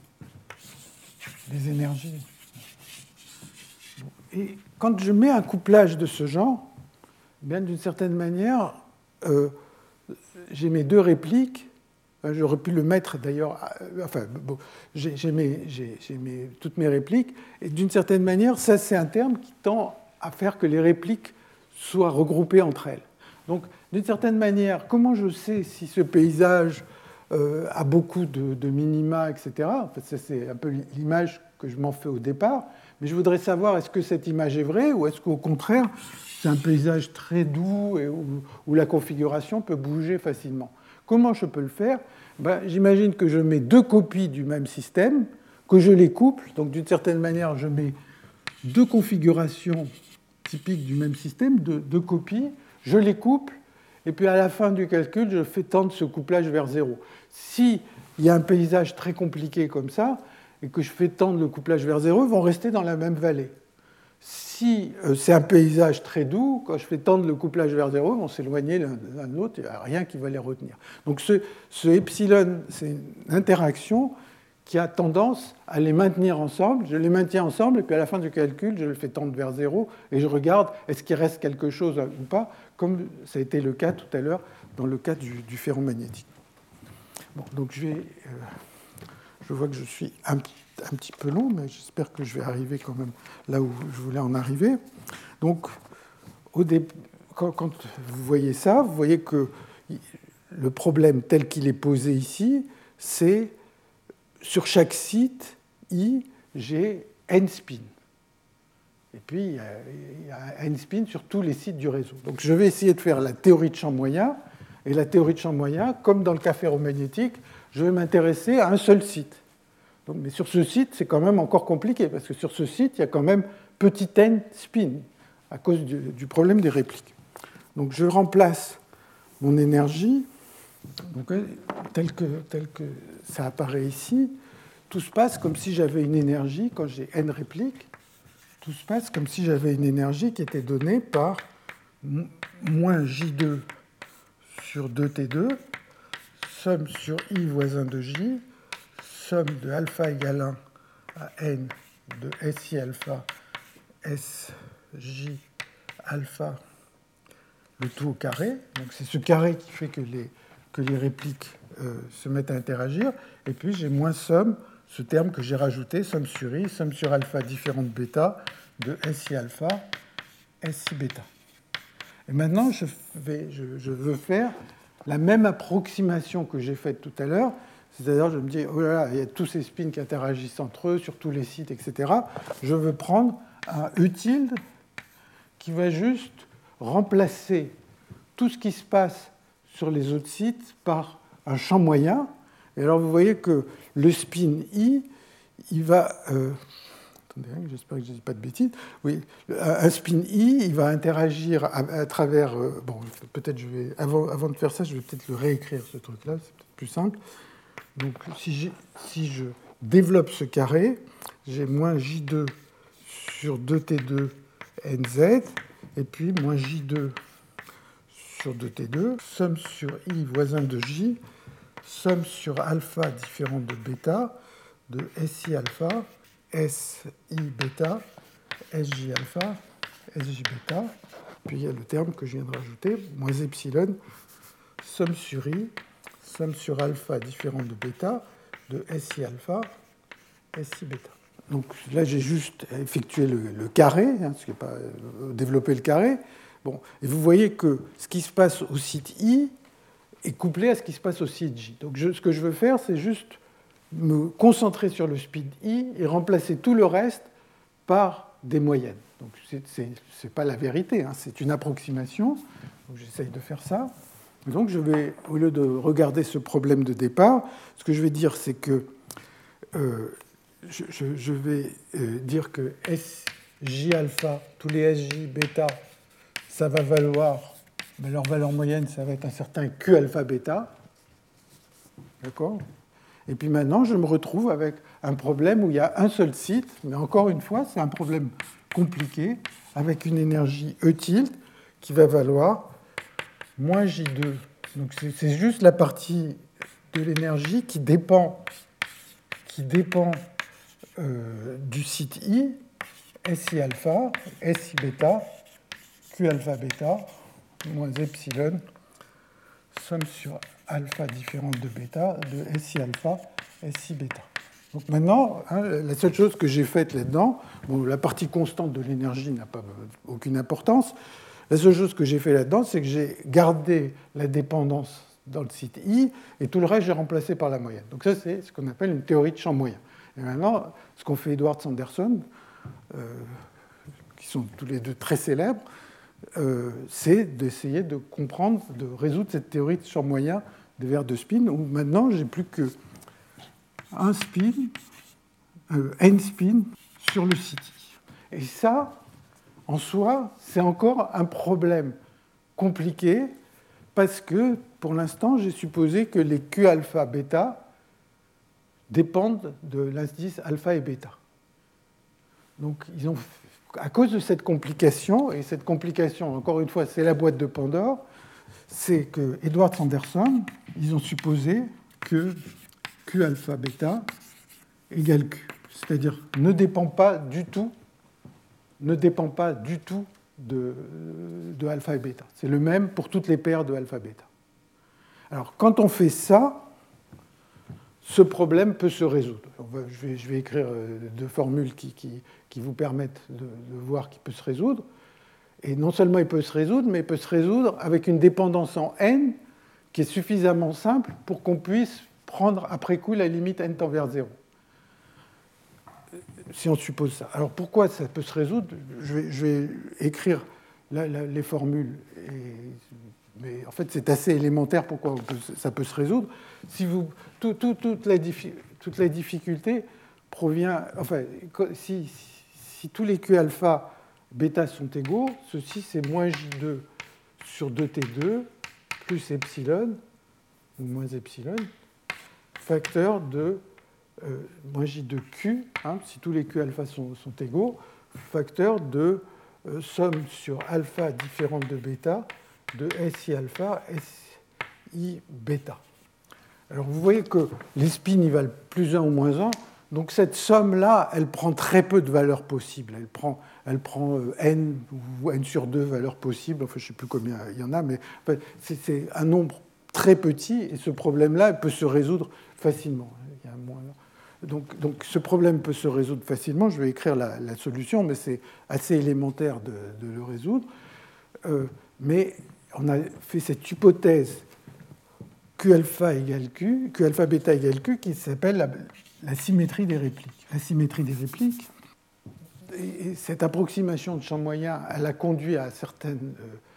B: Les énergies. Et quand je mets un couplage de ce genre, bien d'une certaine manière, j'ai mes deux répliques. J'aurais pu le mettre d'ailleurs. Enfin, bon, j'ai toutes mes répliques. Et d'une certaine manière, ça, c'est un terme qui tend à faire que les répliques soient regroupées entre elles. Donc, d'une certaine manière, comment je sais si ce paysage a beaucoup de minima, etc. En fait, ça, c'est un peu l'image que je m'en fais au départ. Mais je voudrais savoir, est-ce que cette image est vraie ou est-ce qu'au contraire, c'est un paysage très doux et où la configuration peut bouger facilement. Comment je peux le faire? J'imagine que je mets deux copies du même système, que je les couple. Donc, d'une certaine manière, je mets deux configurations typiques du même système, deux copies, je les couple, et puis à la fin du calcul, je fais tendre ce couplage vers zéro. S'il y a un paysage très compliqué comme ça, et que je fais tendre le couplage vers zéro, ils vont rester dans la même vallée. Si c'est un paysage très doux, quand je fais tendre le couplage vers zéro, ils vont s'éloigner l'un de l'autre, il n'y a rien qui va les retenir. Donc ce epsilon, c'est une interaction qui a tendance à les maintenir ensemble. Je les maintiens ensemble, et puis à la fin du calcul, je le fais tendre vers 0, et je regarde est-ce qu'il reste quelque chose ou pas, comme ça a été le cas tout à l'heure dans le cas du ferromagnétique. Bon, donc je vois que je suis un petit peu long, mais j'espère que je vais arriver quand même là où je voulais en arriver. Donc, quand vous voyez ça, vous voyez que le problème tel qu'il est posé ici, c'est sur chaque site I, j'ai n spins. Et puis, il y a n spins sur tous les sites du réseau. Donc, je vais essayer de faire la théorie de champ moyen. Et la théorie de champ moyen, comme dans le cas ferromagnétique, je vais m'intéresser à un seul site. Donc, mais sur ce site, c'est quand même encore compliqué, parce que sur ce site, il y a quand même petit n spin, à cause du problème des répliques. Donc, je remplace mon énergie, donc, tel que ça apparaît ici. Tout se passe comme si j'avais une énergie, quand j'ai n répliques, tout se passe comme si j'avais une énergie qui était donnée par moins J2 sur 2T2, somme sur I voisin de J, somme de alpha égale 1 à n de SI alpha, SJ alpha, le tout au carré. Donc c'est ce carré qui fait que les répliques se mettent à interagir. Et puis j'ai moins somme, ce terme que j'ai rajouté, somme sur I, somme sur alpha différente bêta, de SI alpha, SI bêta. Et maintenant, je veux faire la même approximation que j'ai faite tout à l'heure. C'est-à-dire, je me dis, oh là là, il y a tous ces spins qui interagissent entre eux, sur tous les sites, etc. Je veux prendre un E tilde qui va juste remplacer tout ce qui se passe sur les autres sites par un champ moyen. Et alors, vous voyez que le spin I, il va... attendez, j'espère que je ne dis pas de bêtises. Oui, un spin I, il va interagir à travers... bon, peut-être je vais... Avant de faire ça, je vais peut-être le réécrire, ce truc-là. C'est peut-être plus simple. Donc, si je développe ce carré, j'ai moins J2 sur 2T2 NZ, et puis moins J2 sur 2T2, somme sur I voisin de J, somme sur alpha différente de bêta, de SI alpha, SI bêta, SJ alpha, SJ bêta, puis il y a le terme que je viens de rajouter, moins epsilon, somme sur I, somme sur alpha différente de bêta, de SI alpha, SI bêta. Donc là, j'ai juste effectué le carré, ce qui n'est pas développer le carré. Bon, et vous voyez que ce qui se passe au site I est couplé à ce qui se passe au site J. Donc ce que je veux faire, c'est juste me concentrer sur le speed I et remplacer tout le reste par des moyennes. Donc ce n'est pas la vérité, c'est une approximation. Donc j'essaye de faire ça. Donc je vais, au lieu de regarder ce problème de départ, ce que je vais dire, c'est que je vais dire que SJ alpha, tous les SJ bêta, ça va valoir, mais leur valeur moyenne, ça va être un certain Q alpha bêta. D'accord ? Et puis maintenant, je me retrouve avec un problème où il y a un seul site, mais encore une fois, c'est un problème compliqué, avec une énergie E tilde qui va valoir moins J2. Donc c'est juste la partie de l'énergie qui dépend du site I, SI alpha, SI bêta, Q alpha bêta, moins epsilon, somme sur alpha différente de bêta, de SI alpha, SI bêta. Donc maintenant, la seule chose que j'ai faite là-dedans, bon, la partie constante de l'énergie n'a pas aucune importance. La seule chose que j'ai fait là-dedans, c'est que j'ai gardé la dépendance dans le site I, et tout le reste, j'ai remplacé par la moyenne. Donc ça, c'est ce qu'on appelle une théorie de champ moyen. Et maintenant, ce qu'ont fait Edward Sanderson, qui sont tous les deux très célèbres, c'est d'essayer de comprendre, de résoudre cette théorie de champ moyen des verres de spin, où maintenant, j'ai plus que un spin, n spin sur le site I. Et ça, en soi, c'est encore un problème compliqué, parce que, pour l'instant, j'ai supposé que les Q alpha bêta dépendent de l'indice alpha et bêta. Donc, à cause de cette complication, et cette complication, encore une fois, c'est la boîte de Pandore, c'est que Edward Sanderson, ils ont supposé que Q alpha bêta égale Q. C'est-à-dire ne dépend pas du tout de alpha et bêta. C'est le même pour toutes les paires de alpha et bêta. Alors, quand on fait ça, ce problème peut se résoudre. Je vais écrire deux formules qui vous permettent de voir qu'il peut se résoudre. Et non seulement il peut se résoudre, mais il peut se résoudre avec une dépendance en n qui est suffisamment simple pour qu'on puisse prendre après coup la limite n tend vers 0. Si on suppose ça. Alors pourquoi ça peut se résoudre? Je vais écrire les formules. Mais en fait, c'est assez élémentaire pourquoi ça peut se résoudre. Si toute la difficulté provient... Enfin, si tous les Q alpha bêta sont égaux, ceci c'est moins J2 sur 2T2 plus epsilon, ou moins epsilon, facteur de moins J de Q, si tous les Q alpha sont égaux, facteur de somme sur alpha différente de bêta de SI alpha, SI bêta. Alors vous voyez que les spins ils valent plus 1 ou moins 1, donc cette somme-là, elle prend très peu de valeurs possibles. Elle prend n ou n sur 2 valeurs possibles, enfin je ne sais plus combien il y en a, mais c'est un nombre très petit, et ce problème-là peut se résoudre facilement. Il y a moins... Donc ce problème peut se résoudre facilement. Je vais écrire la solution, mais c'est assez élémentaire de le résoudre. Mais on a fait cette hypothèse Q alpha égale Q, Q alpha bêta égale Q, qui s'appelle la symétrie des répliques. La symétrie des répliques, et cette approximation de champ moyen, elle a conduit à certaines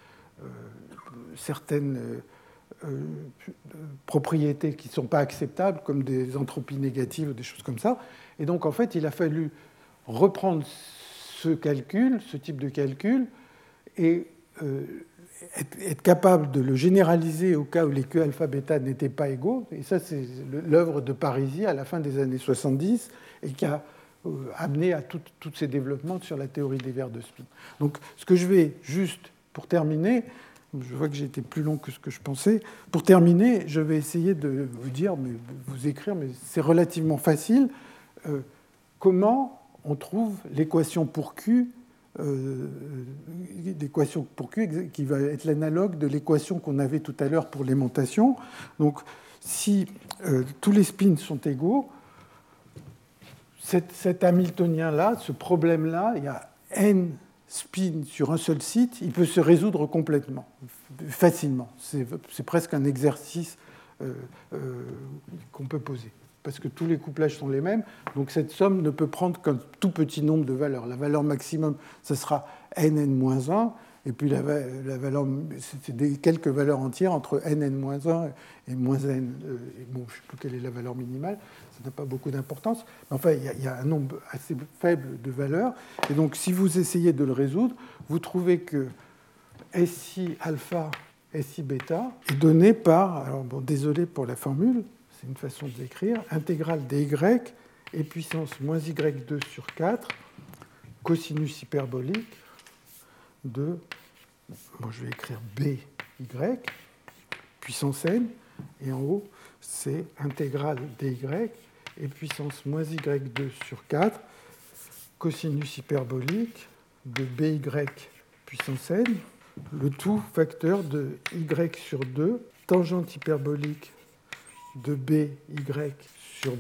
B: propriétés qui ne sont pas acceptables, comme des entropies négatives ou des choses comme ça. Et donc, en fait, il a fallu reprendre ce calcul, ce type de calcul, et être capable de le généraliser au cas où les Q alpha bêta n'étaient pas égaux. Et ça, c'est l'œuvre de Parisi à la fin des années 70 et qui a amené à tous ces développements sur la théorie des verres de spin. Donc, ce que je vais juste, pour terminer, je vois que j'ai été plus long que ce que je pensais. Pour terminer, je vais essayer de vous dire, mais vous écrire, mais c'est relativement facile, comment on trouve l'équation pour Q, l'équation pour Q qui va être l'analogue de l'équation qu'on avait tout à l'heure pour l'aimantation. Donc, si tous les spins sont égaux, cet Hamiltonien-là, ce problème-là, il y a n spin sur un seul site, il peut se résoudre complètement, facilement. C'est presque un exercice qu'on peut poser, parce que tous les couplages sont les mêmes, donc cette somme ne peut prendre qu'un tout petit nombre de valeurs. La valeur maximum, ce sera nn-1, et puis la valeur, c'est quelques valeurs entières entre nn-1 et moins n. Bon, je ne sais plus quelle est la valeur minimale, ça n'a pas beaucoup d'importance. Mais enfin, il y a un nombre assez faible de valeurs. Et donc, si vous essayez de le résoudre, vous trouvez que SI alpha, SI bêta est donné par, alors bon, désolé pour la formule, c'est une façon d'écrire, intégrale dy et puissance moins y2 sur 4, cosinus hyperbolique de, bon, je vais écrire by, puissance n, et en haut, c'est intégrale dy et puissance moins y2 sur 4, cosinus hyperbolique de by puissance n, le tout facteur de y sur 2, tangente hyperbolique de by sur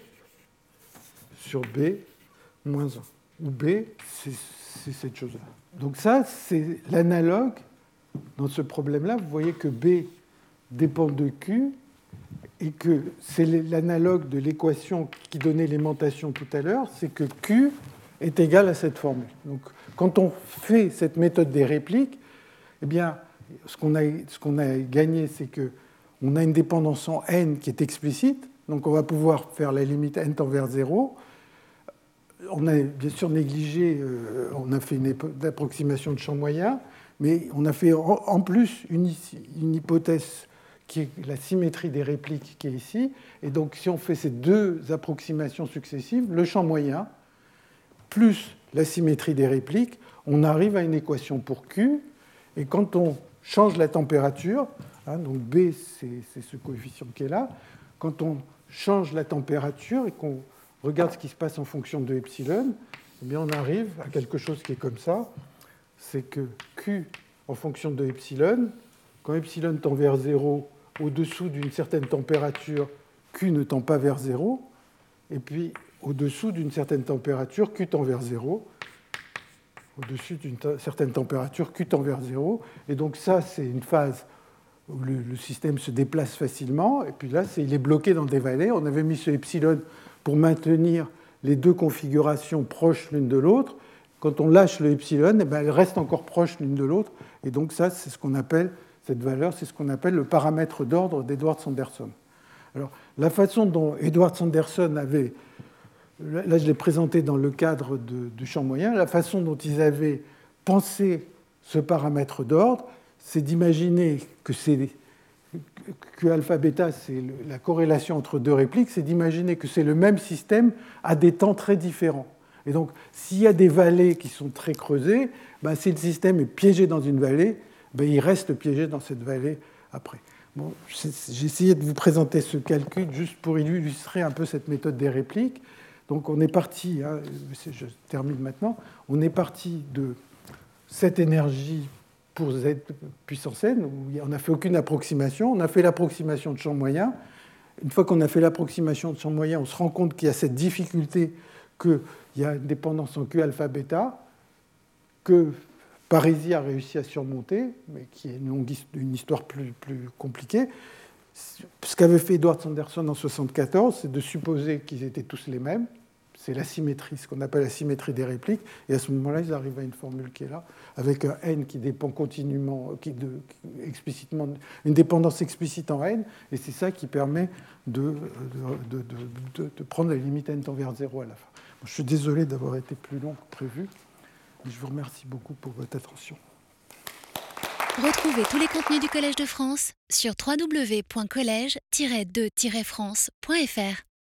B: b moins 1, où b, c'est cette chose-là. Donc ça, c'est l'analogue dans ce problème-là. Vous voyez que b dépend de q, et que c'est l'analogue de l'équation qui donnait l'aimantation tout à l'heure, c'est que Q est égal à cette formule. Donc, quand on fait cette méthode des répliques, eh bien, ce qu'on a gagné, c'est qu'on a une dépendance en n qui est explicite, donc on va pouvoir faire la limite n tend vers 0. On a bien sûr négligé, on a fait une approximation de champ moyen, mais on a fait en plus une hypothèse qui est la symétrie des répliques qui est ici. Et donc, si on fait ces deux approximations successives, le champ moyen plus la symétrie des répliques, on arrive à une équation pour Q. Et quand on change la température, donc B, c'est ce coefficient qui est là, quand on change la température et qu'on regarde ce qui se passe en fonction de epsilon, eh bien on arrive à quelque chose qui est comme ça. C'est que Q en fonction de epsilon, quand epsilon tend vers 0, au-dessous d'une certaine température, Q ne tend pas vers 0, et puis au-dessous d'une certaine température, Q tend vers 0, au-dessus d'une certaine température, Q tend vers 0, et donc ça, c'est une phase où le système se déplace facilement, et puis là, il est bloqué dans des vallées. On avait mis ce epsilon pour maintenir les deux configurations proches l'une de l'autre. Quand on lâche le epsilon, eh bien, elles restent encore proches l'une de l'autre, et donc ça, c'est ce qu'on appelle, cette valeur, c'est ce qu'on appelle le paramètre d'ordre d'Edwards-Sanderson. Alors, la façon dont Edwards-Sanderson avait, là je l'ai présenté dans le cadre du champ moyen, la façon dont ils avaient pensé ce paramètre d'ordre, c'est d'imaginer que alpha bêta, c'est la corrélation entre deux répliques, c'est d'imaginer que c'est le même système à des temps très différents. Et donc, s'il y a des vallées qui sont très creusées, ben, si le système est piégé dans une vallée, ben, il reste piégé dans cette vallée après. Bon, j'ai essayé de vous présenter ce calcul juste pour illustrer un peu cette méthode des répliques. Donc, on est parti, hein, je termine maintenant, on est parti de cette énergie pour Z puissance n, où on n'a fait aucune approximation. On a fait l'approximation de champ moyen. Une fois qu'on a fait l'approximation de champ moyen, on se rend compte qu'il y a cette difficulté qu'il y a une dépendance en Q alpha bêta, que Parisi a réussi à surmonter, mais qui est une histoire plus compliquée. Ce qu'avait fait Edwards-Sanderson en 1974, c'est de supposer qu'ils étaient tous les mêmes. C'est la symétrie, ce qu'on appelle la symétrie des répliques. Et à ce moment-là, ils arrivent à une formule qui est là, avec un n qui dépend continuellement, explicitement, une dépendance explicite en n. Et c'est ça qui permet de prendre la limite n tend vers 0 à la fin. Bon, je suis désolé d'avoir été plus long que prévu. Mais je vous remercie beaucoup pour votre attention.
A: Retrouvez tous les contenus du Collège de France sur www.collège-2-france.fr.